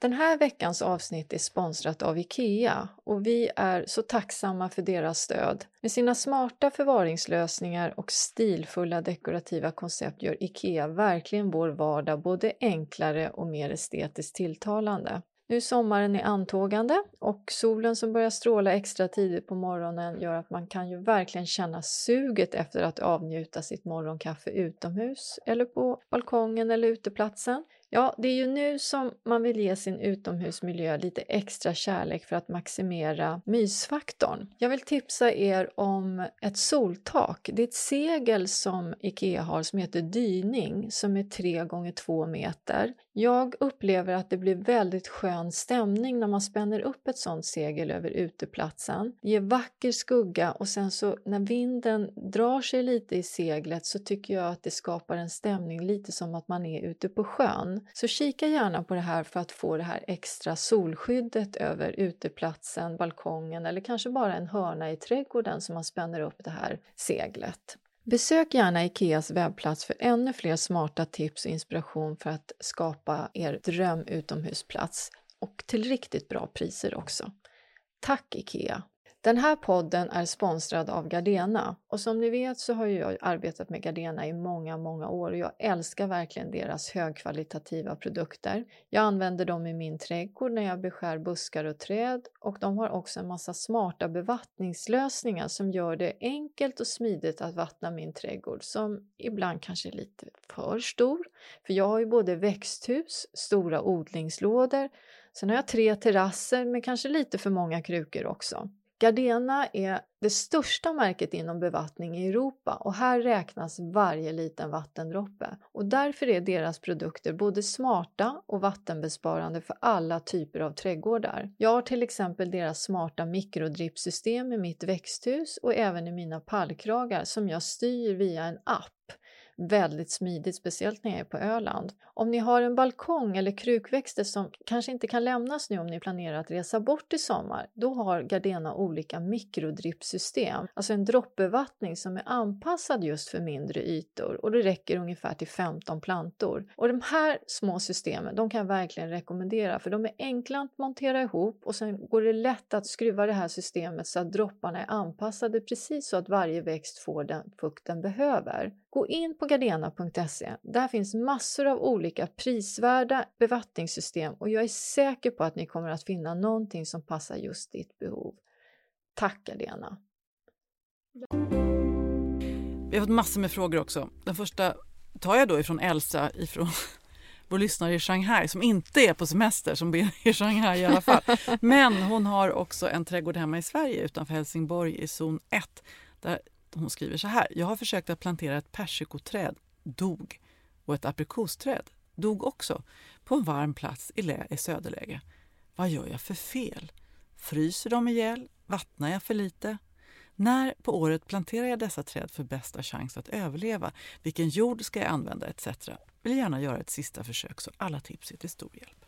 Den här veckans avsnitt är sponsrat av IKEA och vi är så tacksamma för deras stöd. Med sina smarta förvaringslösningar och stilfulla dekorativa koncept gör IKEA verkligen vår vardag både enklare och mer estetiskt tilltalande. Nu är sommaren i antågande och solen som börjar stråla extra tidigt på morgonen gör att man kan ju verkligen känna suget efter att avnjuta sitt morgonkaffe utomhus eller på balkongen eller uteplatsen. Ja, det är ju nu som man vill ge sin utomhusmiljö lite extra kärlek för att maximera mysfaktorn. Jag vill tipsa er om ett soltak. Det är ett segel som IKEA har som heter dyning som är tre gånger två meter. Jag upplever att det blir väldigt skön stämning när man spänner upp ett sånt segel över uteplatsen. Det ger vacker skugga och sen så när vinden drar sig lite i seglet så tycker jag att det skapar en stämning lite som att man är ute på sjön. Så kika gärna på det här för att få det här extra solskyddet över uteplatsen, balkongen eller kanske bara en hörna i trädgården som man spänner upp det här seglet. Besök gärna IKEAs webbplats för ännu fler smarta tips och inspiration för att skapa er dröm utomhusplats och till riktigt bra priser också. Tack IKEA! Den här podden är sponsrad av Gardena och som ni vet så har jag arbetat med Gardena i många, många år och jag älskar verkligen deras högkvalitativa produkter. Jag använder dem i min trädgård när jag beskär buskar och träd och de har också en massa smarta bevattningslösningar som gör det enkelt och smidigt att vattna min trädgård som ibland kanske är lite för stor. För jag har ju både växthus, stora odlingslådor, sen har jag tre terrasser med kanske lite för många krukor också. Gardena är det största märket inom bevattning i Europa och här räknas varje liten vattendroppe. Och därför är deras produkter både smarta och vattenbesparande för alla typer av trädgårdar. Jag har till exempel deras smarta mikrodrippsystem i mitt växthus och även i mina pallkragar som jag styr via en app. Väldigt smidigt, speciellt när jag är på Öland. Om ni har en balkong eller krukväxter som kanske inte kan lämnas nu om ni planerar att resa bort i sommar, då har Gardena olika mikrodrippsystem, alltså en droppbevattning som är anpassad just för mindre ytor och det räcker ungefär till femton plantor. Och de här små systemen, de kan jag verkligen rekommendera för de är enkla att montera ihop och sen går det lätt att skruva det här systemet så att dropparna är anpassade precis så att varje växt får den fukt den behöver. Gå in på gardena punkt se. Där finns massor av olika prisvärda bevattningssystem och jag är säker på att ni kommer att finna någonting som passar just ditt behov. Tack Gardena! Vi har fått massor med frågor också. Den första tar jag då ifrån Elsa, ifrån vår lyssnare i Shanghai som inte är på semester, som är i Shanghai i alla fall. Men hon har också en trädgård hemma i Sverige utanför Helsingborg i zon ett där hon skriver så här: jag har försökt att plantera ett persikoträd, dog, och ett aprikosträd, dog också, på en varm plats i, lä- i söderläge. Vad gör jag för fel? Fryser de ihjäl? Vattnar jag för lite? När på året planterar jag dessa träd för bästa chans att överleva? Vilken jord ska jag använda et cetera? Vill gärna göra ett sista försök så alla tips är till stor hjälp.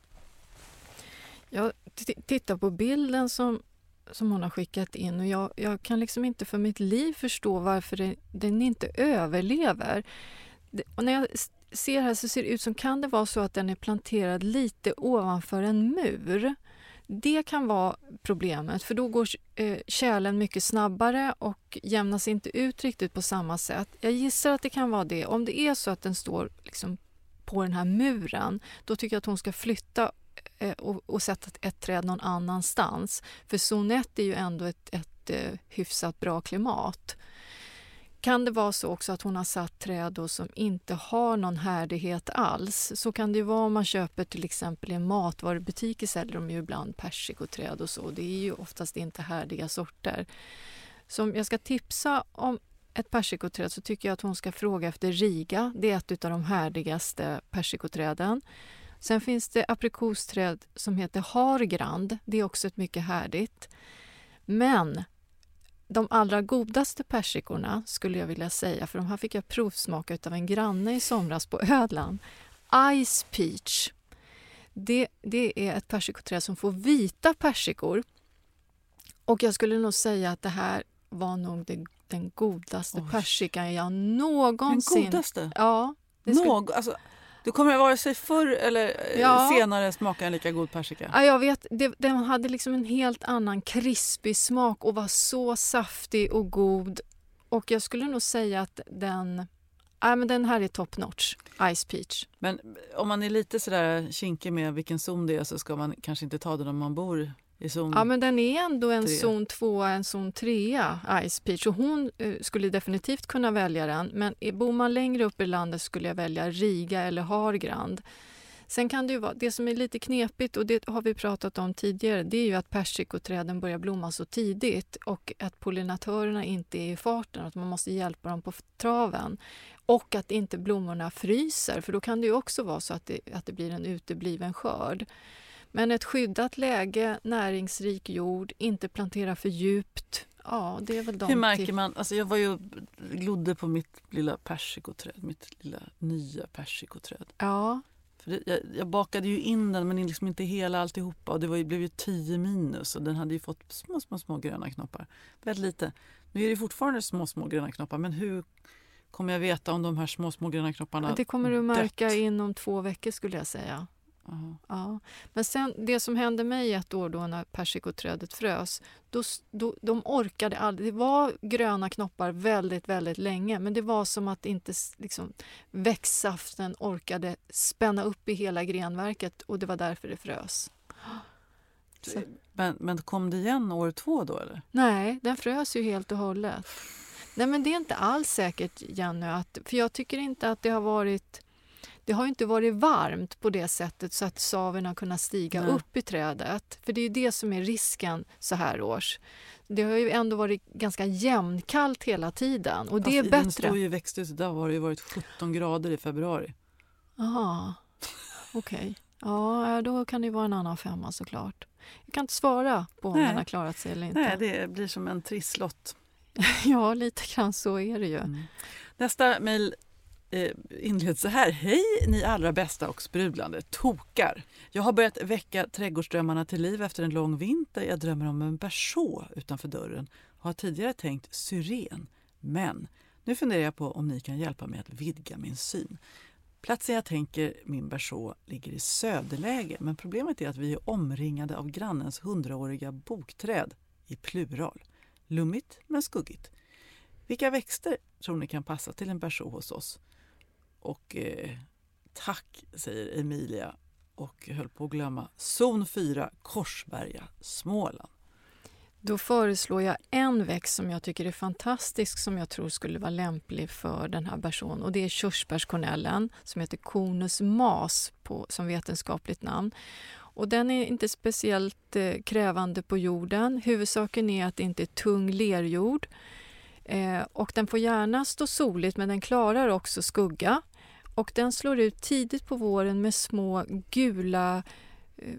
Jag t- tittar på bilden som som hon har skickat in och jag, jag kan liksom inte för mitt liv förstå varför det, den inte överlever. Det, och när jag ser här så ser det ut som kan det vara så att den är planterad lite ovanför en mur. Det kan vara problemet för då går eh, kärlen mycket snabbare och jämnas inte ut riktigt på samma sätt. Jag gissar att det kan vara det. Om det är så att den står liksom på den här muren, då tycker jag att hon ska flytta Och, och sätta ett träd någon annanstans. För zon ett är ju ändå ett, ett, ett hyfsat bra klimat. Kan det vara så också att hon har satt träd då som inte har någon härdighet alls? Så kan det ju vara om man köper till exempel i en matvarubutik, säljer de ju ibland persikoträd och så. Det är ju oftast inte härdiga sorter. Så om jag ska tipsa om ett persikoträd så tycker jag att hon ska fråga efter Riga. Det är ett av de härdigaste persikoträden. Sen finns det aprikosträd som heter Hargrand. Det är också ett mycket härdigt. Men de allra godaste persikorna skulle jag vilja säga, för de här fick jag provsmaka av en granne i somras på Öland. Ice Peach. Det, det är ett persikoträd som får vita persikor. Och jag skulle nog säga att det här var nog det, den godaste Oj. persikan jag någonsin... Den godaste? Ja. Det skulle... Någ, alltså... Du kommer vare sig förr eller eh, Ja. senare smaka en lika god persika. Ja, jag vet, det, den hade liksom en helt annan krispig smak och var så saftig och god. Och jag skulle nog säga att den, ja, men den här är top notch, Ice Peach. Men om man är lite sådär kinkig med vilken zon det är så ska man kanske inte ta den om man bor i zon. Ja, men den är ändå en Tre. zon två, en zon tre, Ice Peach. Och hon eh, skulle definitivt kunna välja den. Men är- bor man längre upp i landet skulle jag välja Riga eller Hargrand. Sen kan det ju vara, det som är lite knepigt, och det har vi pratat om tidigare, det är ju att persikoträden börjar blomma så tidigt och att pollinatörerna inte är i farten, att man måste hjälpa dem på traven. Och att inte blommorna fryser, för då kan det ju också vara så att det, att det blir en utebliven skörd. Men ett skyddat läge, näringsrik jord, inte plantera för djupt. Ja, det är väl de Hur märker till- man? Alltså jag var ju glodde på mitt lilla persikoträd, mitt lilla nya persikoträd. Ja, För det, jag, jag bakade ju in den men liksom inte hela alltihopa och det var ju, blev ju tio minus och den hade ju fått små, små, små gröna knoppar. Väldigt lite. Nu är det fortfarande små, små gröna knoppar, men hur kommer jag veta om de här små, små gröna knopparna det kommer du märka dött? inom två veckor skulle jag säga. Aha. Ja. Men sen, det som hände mig ett år då när persikoträdet frös, då, då, de orkade aldrig. Det var gröna knoppar väldigt, väldigt länge, men det var som att inte s- liksom, växtsaften orkade spänna upp i hela grenverket och det var därför det frös. Så. Men, men kom det igen år två då eller? Nej, den frös ju helt och hållet. Nej, men det är inte alls säkert, Jenny, att, för jag tycker inte att det har varit det har ju inte varit varmt på det sättet så att saven har kunnat stiga Nej. upp i trädet. För det är ju det som är risken så här års. Det har ju ändå varit ganska jämnkallt hela tiden och det Ja, är i Den bättre. står ju i växthuset, där har det ju varit sjutton grader i februari. Jaha, okej. Ja, då kan det ju vara en annan femma såklart. Jag kan inte svara på om Nej. den har klarat sig eller inte. Nej, det blir som en trisslott. Ja, lite grann så är det ju. Mm. Nästa mejl eh, inleds så här. Hej ni allra bästa och sprudlande tokar. Jag har börjat väcka trädgårdsdrömmarna till liv efter en lång vinter. Jag drömmer om en berså utanför dörren och har tidigare tänkt syren. Men nu funderar jag på om ni kan hjälpa mig att vidga min syn. Platsen jag tänker min berså ligger i söderläge, men problemet är att vi är omringade av grannens hundraåriga bokträd i plural. Lummigt men skuggigt. Vilka växter tror ni kan passa till en berså hos oss? Och eh, tack, säger Emilia och höll på att glömma. Zon fyra, Korsberga, Småland. Då föreslår jag en växt som jag tycker är fantastisk som jag tror skulle vara lämplig för den här bersån. Och det är körsbärskornellen som heter Conus mas på, som vetenskapligt namn. Och den är inte speciellt eh, krävande på jorden. Huvudsaken är att det inte är tung lerjord. Eh, och den får gärna stå soligt men den klarar också skugga. Och den slår ut tidigt på våren med små gula eh,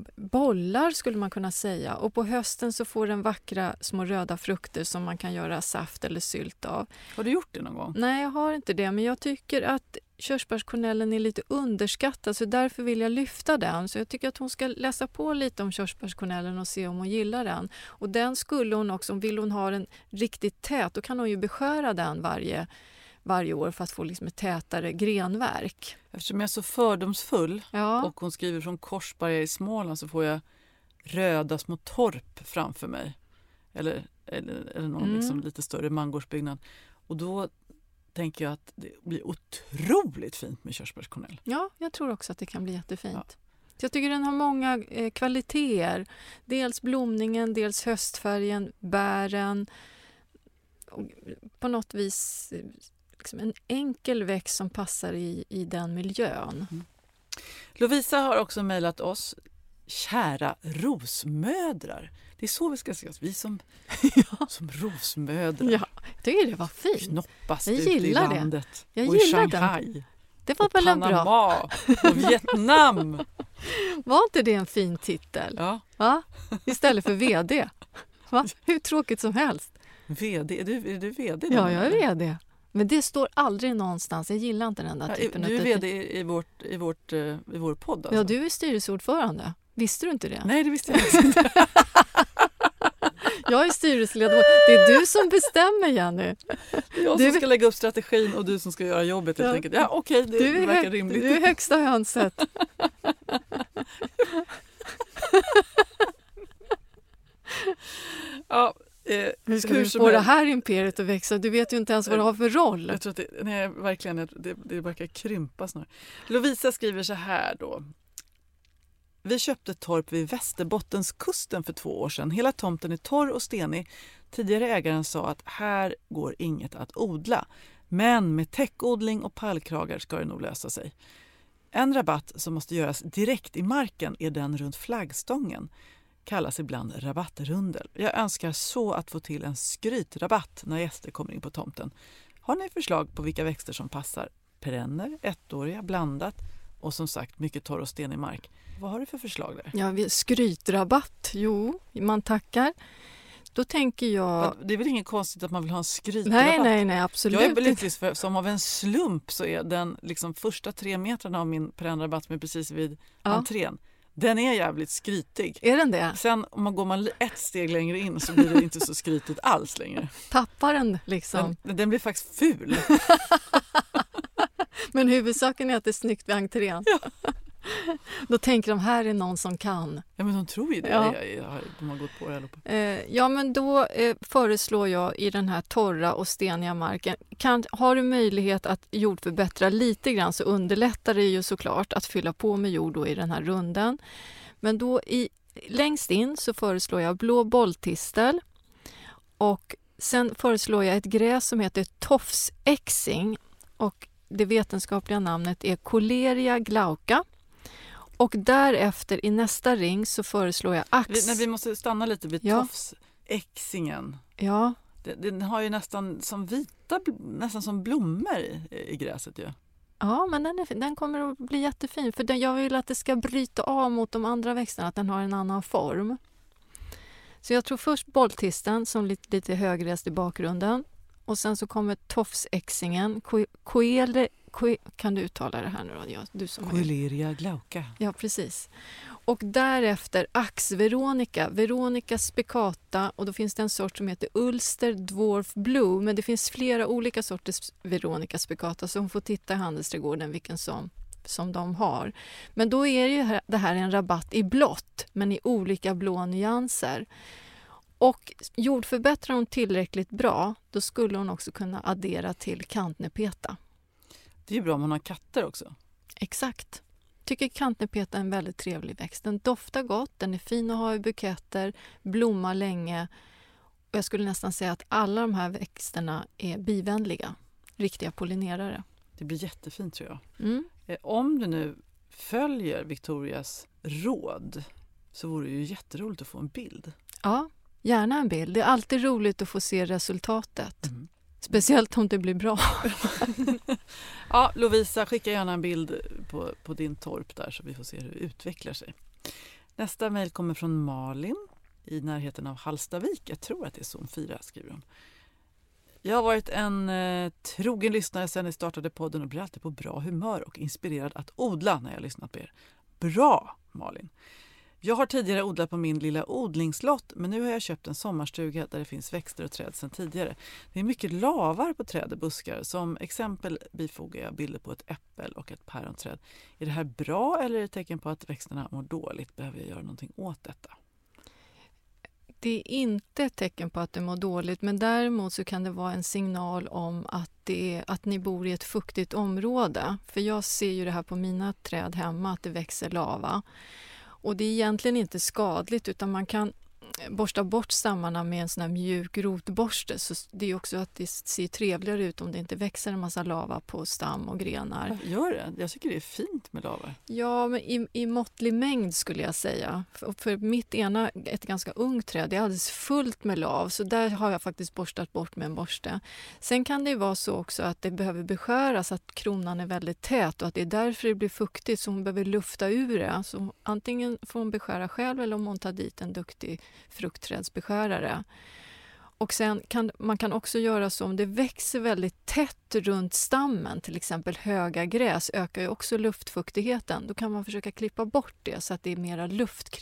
bollar skulle man kunna säga. Och på hösten så får den vackra små röda frukter som man kan göra saft eller sylt av. Har du gjort det någon gång? Nej, jag har inte det, men jag tycker att körsbärskornellen är lite underskattad så därför vill jag lyfta den. Så jag tycker att hon ska läsa på lite om körsbärskornellen och se om hon gillar den. Och den skulle hon också, vill hon ha den riktigt tät, då kan hon ju beskära den varje, varje år för att få liksom ett tätare grenverk. Eftersom jag är så fördomsfull Ja. och hon skriver från Korsberga i Småland så får jag röda små torp framför mig. Eller, eller, eller någon Mm. liksom lite större mangårdsbyggnad. Och då tänker jag att det blir otroligt fint med körsbärskornell. Ja, jag tror också att det kan bli jättefint. Ja. Så jag tycker den har många eh, kvaliteter. Dels blomningen, dels höstfärgen, bären. Och på något vis eh, liksom en enkel växt som passar i, i den miljön. Mm. Lovisa har också mejlat oss. Kära rosmödrar. Det är så vi ska se oss. Vi som, Ja. som rosmödrar. Ja, jag tycker det var fint. Knoppas Jag ute i gillar det. landet. Jag och i gillar den. Shanghai. Det var Och väl en bra... Panama. Och Vietnam. Var inte det en fin titel? Ja. Va? Istället för V D. Va? Hur tråkigt som helst. V D. Är du, är du V D? Ja, jag är V D. Men det står aldrig någonstans. Jag gillar inte den där Ja, typen av... du är V D i, i, vårt, i, vårt, eh, i vår podd. Alltså. Ja, du är styrelseordförande. Visste du inte det? Nej, det visste jag inte. Jag är styrelseledamot. Det är du som bestämmer, Jenny. Det är jag Du- som ska lägga upp strategin och du som ska göra jobbet helt Ja. enkelt. Ja, okej, det Du är, verkar hög, rimligt. du är högsta hönset. Ja, eh, Hur ska hur vi som få det helst. här imperiet att växa? Du vet ju inte ens vad det har för roll. Jag tror att det, nej, verkligen, det, det verkar krympa snarare. Lovisa skriver så här då. Vi köpte ett torp vid Västerbottenskusten för två år sedan. Hela tomten är torr och stenig. Tidigare ägaren sa att här går inget att odla. Men med täckodling och pallkragar ska det nog lösa sig. En rabatt som måste göras direkt i marken är den runt flaggstången. Kallas ibland rabattrundel. Jag önskar så att få till en skrytrabatt när gäster kommer in på tomten. Har ni förslag på vilka växter som passar? Perenner, ettåriga, blandat och som sagt mycket torr och stenig mark. Vad har du för förslag där? Ja, vi- skrytrabatt. Jo, man tackar. Då tänker jag... Det är väl inget konstigt att man vill ha en skrytrabatt? Nej, nej, nej, absolut Jag är inte. lycklig för som av en slump så är den liksom första tre metrarna av min perennrabatt som är precis vid Ja. entrén. Den är jävligt skrytig. Är den det? Sen om man går man ett steg längre in så blir det inte så skrytigt alls längre. Tappar den liksom? Den, den blir faktiskt ful. Men huvudsaken är att det är snyggt vid entrén. Ja. Då tänker de, här är någon som kan. Ja, men de tror ju det. Ja. Jag, jag, de har gått på det allihopa. Eh, ja, men då eh, föreslår jag i den här torra och steniga marken. Kan, har du möjlighet att jordförbättra lite grann så underlättar det ju såklart att fylla på med jord då i den här runden. Men då i, längst in så föreslår jag blå bolltistel och sen föreslår jag ett gräs som heter tofsexing och det vetenskapliga namnet är Coleria glauca. Och därefter i nästa ring så föreslår jag ax. Vi, nej, vi måste stanna lite vid Ja. tofsexingen. Ja, Den, den har ju nästan som vita, nästan som blommor i, i gräset ju. ja men den, är, den kommer att bli jättefin. För den, jag vill att det ska bryta av mot de andra växterna, att den har en annan form. Så jag tror först bolltisten som lite, lite högrest i bakgrunden. Och sen så kommer tofsexingen. Coele, coe, kan du uttala det här nu då? Ja, du som är... Coleria glauca. Ja, precis. Och därefter ax veronica, veronica spicata och då finns det en sort som heter Ulster Dwarf Blue, men det finns flera olika sorters veronica spicata så hon får titta i handelsträdgården vilken som, som de har. Men då är det ju här, det här en rabatt i blått men i olika blå nyanser. Och jordförbättrar hon tillräckligt bra, då skulle hon också kunna addera till kantnepeta. Det är ju bra om man har katter också. Exakt. Tycker kantnepeta är en väldigt trevlig växt. Den doftar gott, den är fin att ha i buketter, blommar länge. Och jag skulle nästan säga att alla de här växterna är bivänliga, riktiga pollinerare. Det blir jättefint tror jag. Mm. Eh, Om du nu följer Victorias råd så vore det ju jätteroligt att få en bild. Ja, gärna en bild. Det är alltid roligt att få se resultatet. Mm. Speciellt om det blir bra. Ja, Lovisa, skicka gärna en bild på, på din torp där så vi får se hur det utvecklar sig. Nästa mejl kommer från Malin i närheten av Hallstavik. Jag tror att det är zon fyra, skriver hon. Jag har varit en eh, trogen lyssnare sedan jag startade podden och blir alltid på bra humör och inspirerad att odla när jag lyssnat på er. Bra, Malin! Jag har tidigare odlat på min lilla odlingslott men nu har jag köpt en sommarstuga där det finns växter och träd sedan tidigare. Det är mycket lavar på träd och buskar. Som exempel bifogar jag bilder på ett äppel och ett päronträd. Är det här bra eller är det ett tecken på att växterna mår dåligt? Behöver jag göra någonting åt detta? Det är inte ett tecken på att det mår dåligt men däremot så kan det vara en signal om att, det är, att ni bor i ett fuktigt område. För jag ser ju det här på mina träd hemma att det växer lava. Och det är egentligen inte skadligt utan man kan borsta bort stammarna med en sån här mjuk rotborste. Så det är också att det ser trevligare ut om det inte växer en massa lava på stam och grenar. Gör det? Jag tycker det är fint med lava. Ja, men i, i måttlig mängd skulle jag säga. För, för mitt ena, ett ganska ungt träd, det är alldeles fullt med lav. Så där har jag faktiskt borstat bort med en borste. Sen kan det ju vara så också att det behöver beskäras, att kronan är väldigt tät och att det är därför det blir fuktigt så hon behöver lufta ur det. Så antingen får hon beskära själv eller om hon tar dit en duktig fruktträdsbeskärare. Och sen kan man kan också göra så om det växer väldigt tätt runt stammen, till exempel höga gräs ökar ju också luftfuktigheten. Då kan man försöka klippa bort det så att det är mera luft kring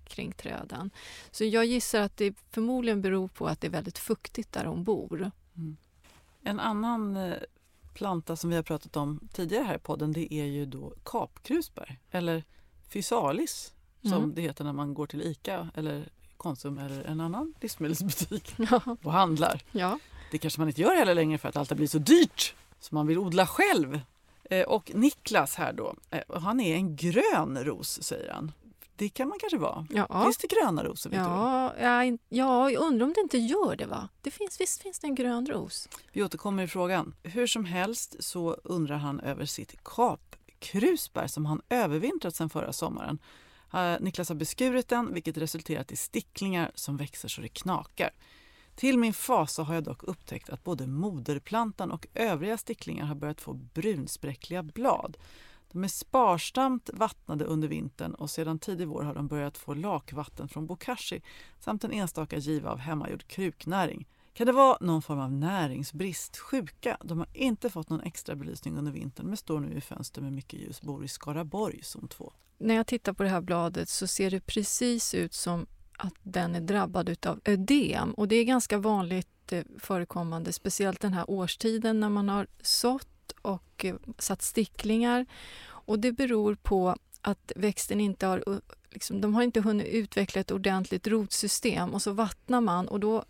kring träden. Så jag gissar att det förmodligen beror på att det är väldigt fuktigt där de bor. Mm. En annan eh, planta som vi har pratat om tidigare här i podden, det är ju då kapkrusbär eller physalis som Mm. det heter när man går till ICA eller Konsum eller en annan livsmedelsbutik Ja. och handlar. Ja. Det kanske man inte gör heller längre för att allt har blivit så dyrt så man vill odla själv. Eh, och Niklas här då, eh, han är en grön ros säger han. Det kan man kanske vara. Ja. Finns det gröna rosor? Ja, ja, ja, jag undrar om det inte gör det va? Det finns, visst finns det en grön ros. Vi återkommer i frågan. Hur som helst så undrar han över sitt kapkrusbär som han övervintrat sedan förra sommaren. Uh, Niklas har beskurit den vilket resulterat i sticklingar som växer så det knakar. Till min fasa har jag dock upptäckt att både moderplantan och övriga sticklingar har börjat få brunspräckliga blad. De är sparsamt vattnade under vintern och sedan tidig vår har de börjat få lakvatten från bokashi samt en enstaka giva av hemmagjord kruknäring. Kan det vara någon form av näringsbrist? Sjuka, de har inte fått någon extra belysning under vintern men står nu i fönster med mycket ljus, bor i Skaraborg som två. När jag tittar på det här bladet så ser det precis ut som att den är drabbad av ödem. Och det är ganska vanligt förekommande, speciellt den här årstiden när man har sått och satt sticklingar. Och det beror på att växten inte har, liksom, de har inte hunnit utveckla ett ordentligt rotsystem och så vattnar man och då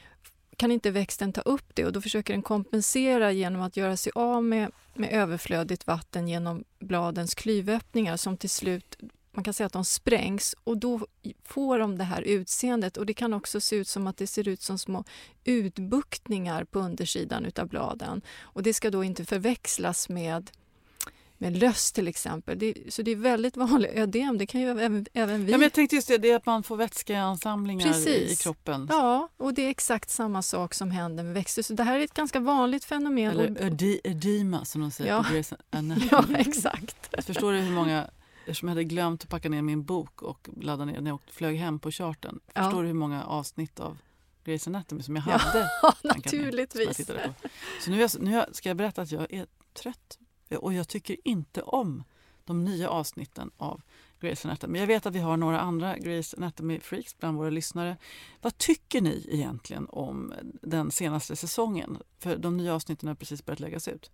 kan inte växten ta upp det och då försöker den kompensera genom att göra sig av med, med överflödigt vatten genom bladens klyvöppningar som till slut, man kan säga att de sprängs och då får de det här utseendet och det kan också se ut som att det ser ut som små utbuktningar på undersidan utav bladen och det ska då inte förväxlas med med löss till exempel. Det, så det är väldigt vanligt ödem. Det kan ju även, även vi... Ja, men jag tänkte just det, det är att man får vätskeansamlingar Precis. i kroppen. Ja, och det är exakt samma sak som händer med växter. Så det här är ett ganska vanligt fenomen. Eller ödi, ödima som de säger ja. på Grey's Anatomy. Ja, exakt. Förstår du hur många, eftersom jag hade glömt att packa ner min bok och ladda ner när jag flög hem på charten. Ja. Förstår du hur många avsnitt av Grey's Anatomy som jag hade? Ja, naturligtvis. Ner, så nu, är, nu ska jag berätta att jag är trött. Och jag tycker inte om de nya avsnitten av Grey's Anatomy. Men jag vet att vi har några andra Grey's Anatomy-freaks bland våra lyssnare. Vad tycker ni egentligen om den senaste säsongen? För de nya avsnitten har precis börjat läggas ut.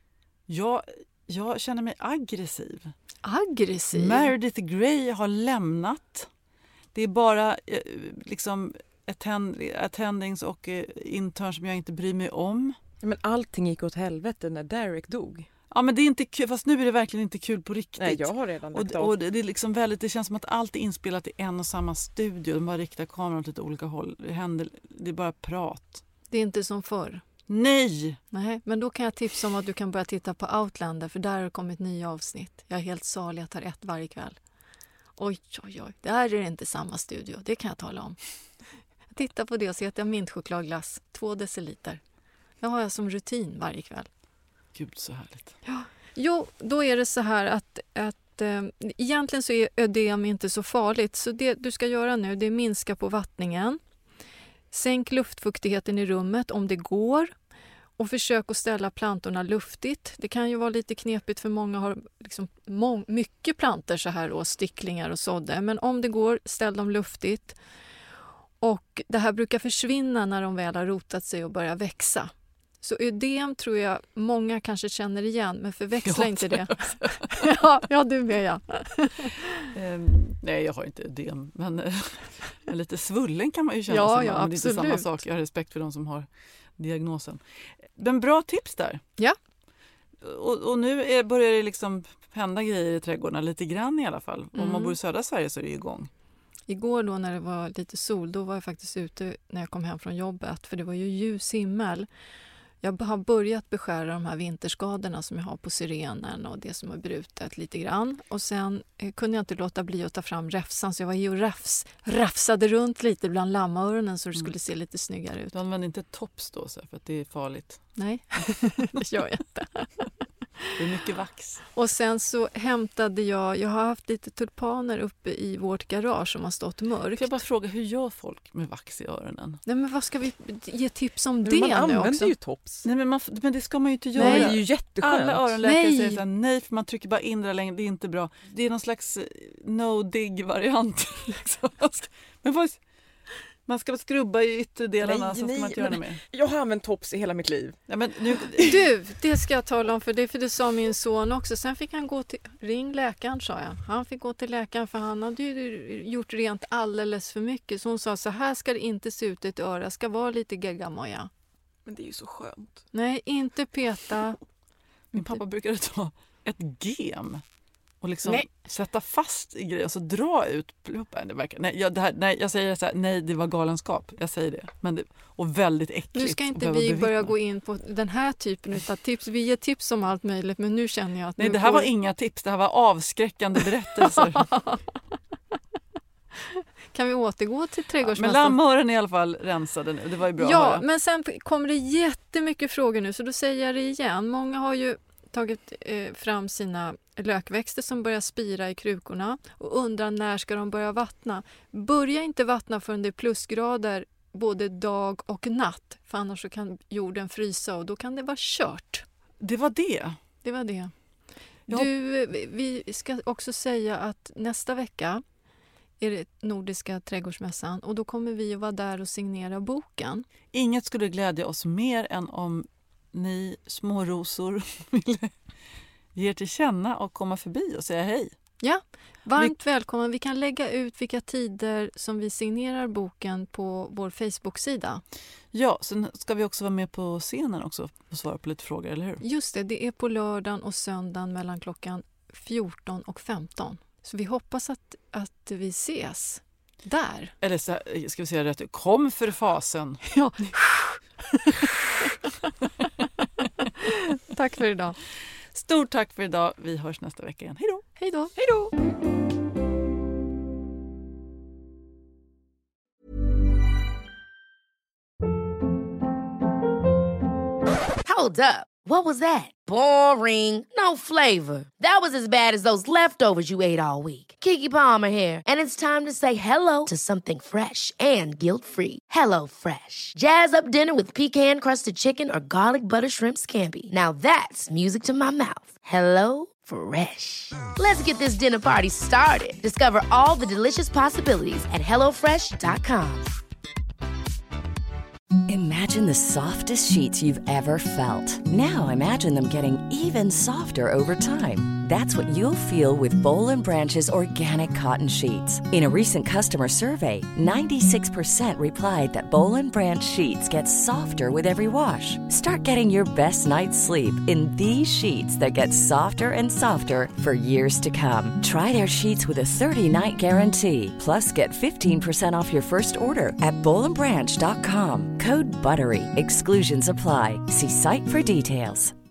Jag, jag känner mig aggressiv. Aggressiv? Meredith Grey har lämnat. Det är bara eh, liksom attend, attendings och eh, intern som jag inte bryr mig om. Men allting gick åt helvete när Derek dog. Ja, men det är inte kul, fast nu är det verkligen inte kul på riktigt. Nej, jag har redan och, och det, är liksom väldigt, det känns som att allt är inspelat i en och samma studio. De bara riktar kameran åt lite olika håll. Det händer, det är bara prat. Det är inte som förr. Nej! Nej, men då kan jag tipsa om att du kan börja titta på Outlander för där har det kommit nya avsnitt. Jag är helt salig, jag tar ett varje kväll. Oj, oj, oj. Där är det inte samma studio, det kan jag tala om. Jag tittar på det och ser att jag har mintchokladglass, två deciliter. Det har jag som rutin varje kväll. Gud, så härligt. Ja. Jo, då är det så här att, att äh, egentligen så är ödem inte så farligt. Så det du ska göra nu det är minska på vattningen. Sänk luftfuktigheten i rummet om det går. Och försök att ställa plantorna luftigt. Det kan ju vara lite knepigt för många har liksom må- mycket plantor så här och sticklingar och sådär. Men om det går, ställ dem luftigt. Och det här brukar försvinna när de väl har rotat sig och börjar växa. Så ödem tror jag många kanske känner igen, men förväxla jag inte det. ja, ja, du med ja. um, nej, jag har inte ödem, men, men lite svullen kan man ju känna ja, sig. Ja, men det är inte samma sak. Jag har respekt för de som har diagnosen. Men bra tips där. Ja. Och, och nu är, börjar det liksom hända grejer i trädgårdarna, lite grann i alla fall. Mm. Om man bor i södra Sverige så är det igång. Igår då när det var lite sol, då var jag faktiskt ute när jag kom hem från jobbet. För det var ju ljus himmel. Jag har börjat beskära de här vinterskadorna som jag har på syrenen och det som är brutet lite grann. Och sen eh, kunde jag inte låta bli att ta fram räfsan så jag var ju och räfs, räfsade runt lite bland lammaöronen så det skulle se lite snyggare ut. Du använder inte tops då så för att det är farligt? Nej, det gör jag inte. Det är mycket vax. Och sen så hämtade jag, jag har haft lite tulpaner uppe i vårt garage som har stått mörkt. Får jag bara fråga, hur gör folk med vax i öronen? Nej, men vad ska vi ge tips om Men det man nu använder också? ju tops. Nej, men, man, men det ska man ju inte göra. Nej, det är ju jätteskönt. Alla öronläkare Nej. säger så här, nej, för man trycker bara in det längre, det är inte bra. Det är någon slags no-dig-variant. Liksom. Men vad, man ska skrubba i yttre delarna, Nej, så ska nej, man inte göra men- det mer. Jag har använt tops i hela mitt liv. Ja, men nu, Du, det ska jag tala om för det, för det sa min son också. Sen fick han gå till, ring läkaren sa jag. Han fick gå till läkaren för han hade ju gjort rent alldeles för mycket. Så hon sa, så här ska det inte se ut ett öra, ska vara lite geggamoja. Men det är ju så skönt. Nej, inte peta. min pappa brukade ta ett gem och liksom Nej. sätta fast i grejer och så dra ut pluppen. Det verkar, nej, jag, det här, nej, jag säger så här, nej, det var galenskap. Jag säger det. Men det och väldigt äckligt. Nu ska att inte behöva vi bevittna. börja gå in på den här typen av tips. Vi ger tips om allt möjligt, men nu känner jag att... Nej, nu det här går... var inga tips. Det här var avskräckande berättelser. Kan vi återgå till Ja, men trädgårdsmästaren? lammören är i alla fall rensade nu. Det var ju bra att Ja, höra. men sen kommer det jättemycket frågor nu, så då säger jag det igen. Många har ju tagit eh, fram sina lökväxter som börjar spira i krukorna och undrar när ska de börja vattna. Börja inte vattna förrän det är plusgrader både dag och natt, för annars så kan jorden frysa och då kan det vara kört. Det var det. Det var det. Ja. Du, vi ska också säga att nästa vecka är det Nordiska trädgårdsmässan och då kommer vi att vara där och signera boken. Inget skulle glädja oss mer än om ni små rosor ville ge er till känna och komma förbi och säga hej. Ja, varmt välkommen. Vi kan lägga ut vilka tider som vi signerar boken på vår Facebook-sida. Ja, sen ska vi också vara med på scenen också och svara på lite frågor, eller hur? Just det, det är på lördagen och söndagen mellan klockan fjorton och femton. Så vi hoppas att, att vi ses där. Eller så, ska vi säga rätt, kom för fasen. Ja. Tack för idag. Stort tack för idag. Vi hörs nästa vecka igen. Hej då! Hej då. Hej då! Hold up. What was that? Boring. No flavor. That was as bad as those leftovers you ate all week. Keke Palmer here, and it's time to say hello to something fresh and guilt-free. Hello Fresh. Jazz up dinner with pecan-crusted chicken or garlic butter shrimp scampi. Now that's music to my mouth. Hello Fresh. Let's get this dinner party started. Discover all the delicious possibilities at hello fresh dot com. Imagine the softest sheets you've ever felt. Now imagine them getting even softer over time. That's what you'll feel with Boll and Branch's organic cotton sheets. In a recent customer survey, ninety-six percent replied that Boll and Branch sheets get softer with every wash. Start getting your best night's sleep in these sheets that get softer and softer for years to come. Try their sheets with a thirty-night guarantee. Plus, get fifteen percent off your first order at boll and branch dot com. Code BUTTERY. Exclusions apply. See site for details.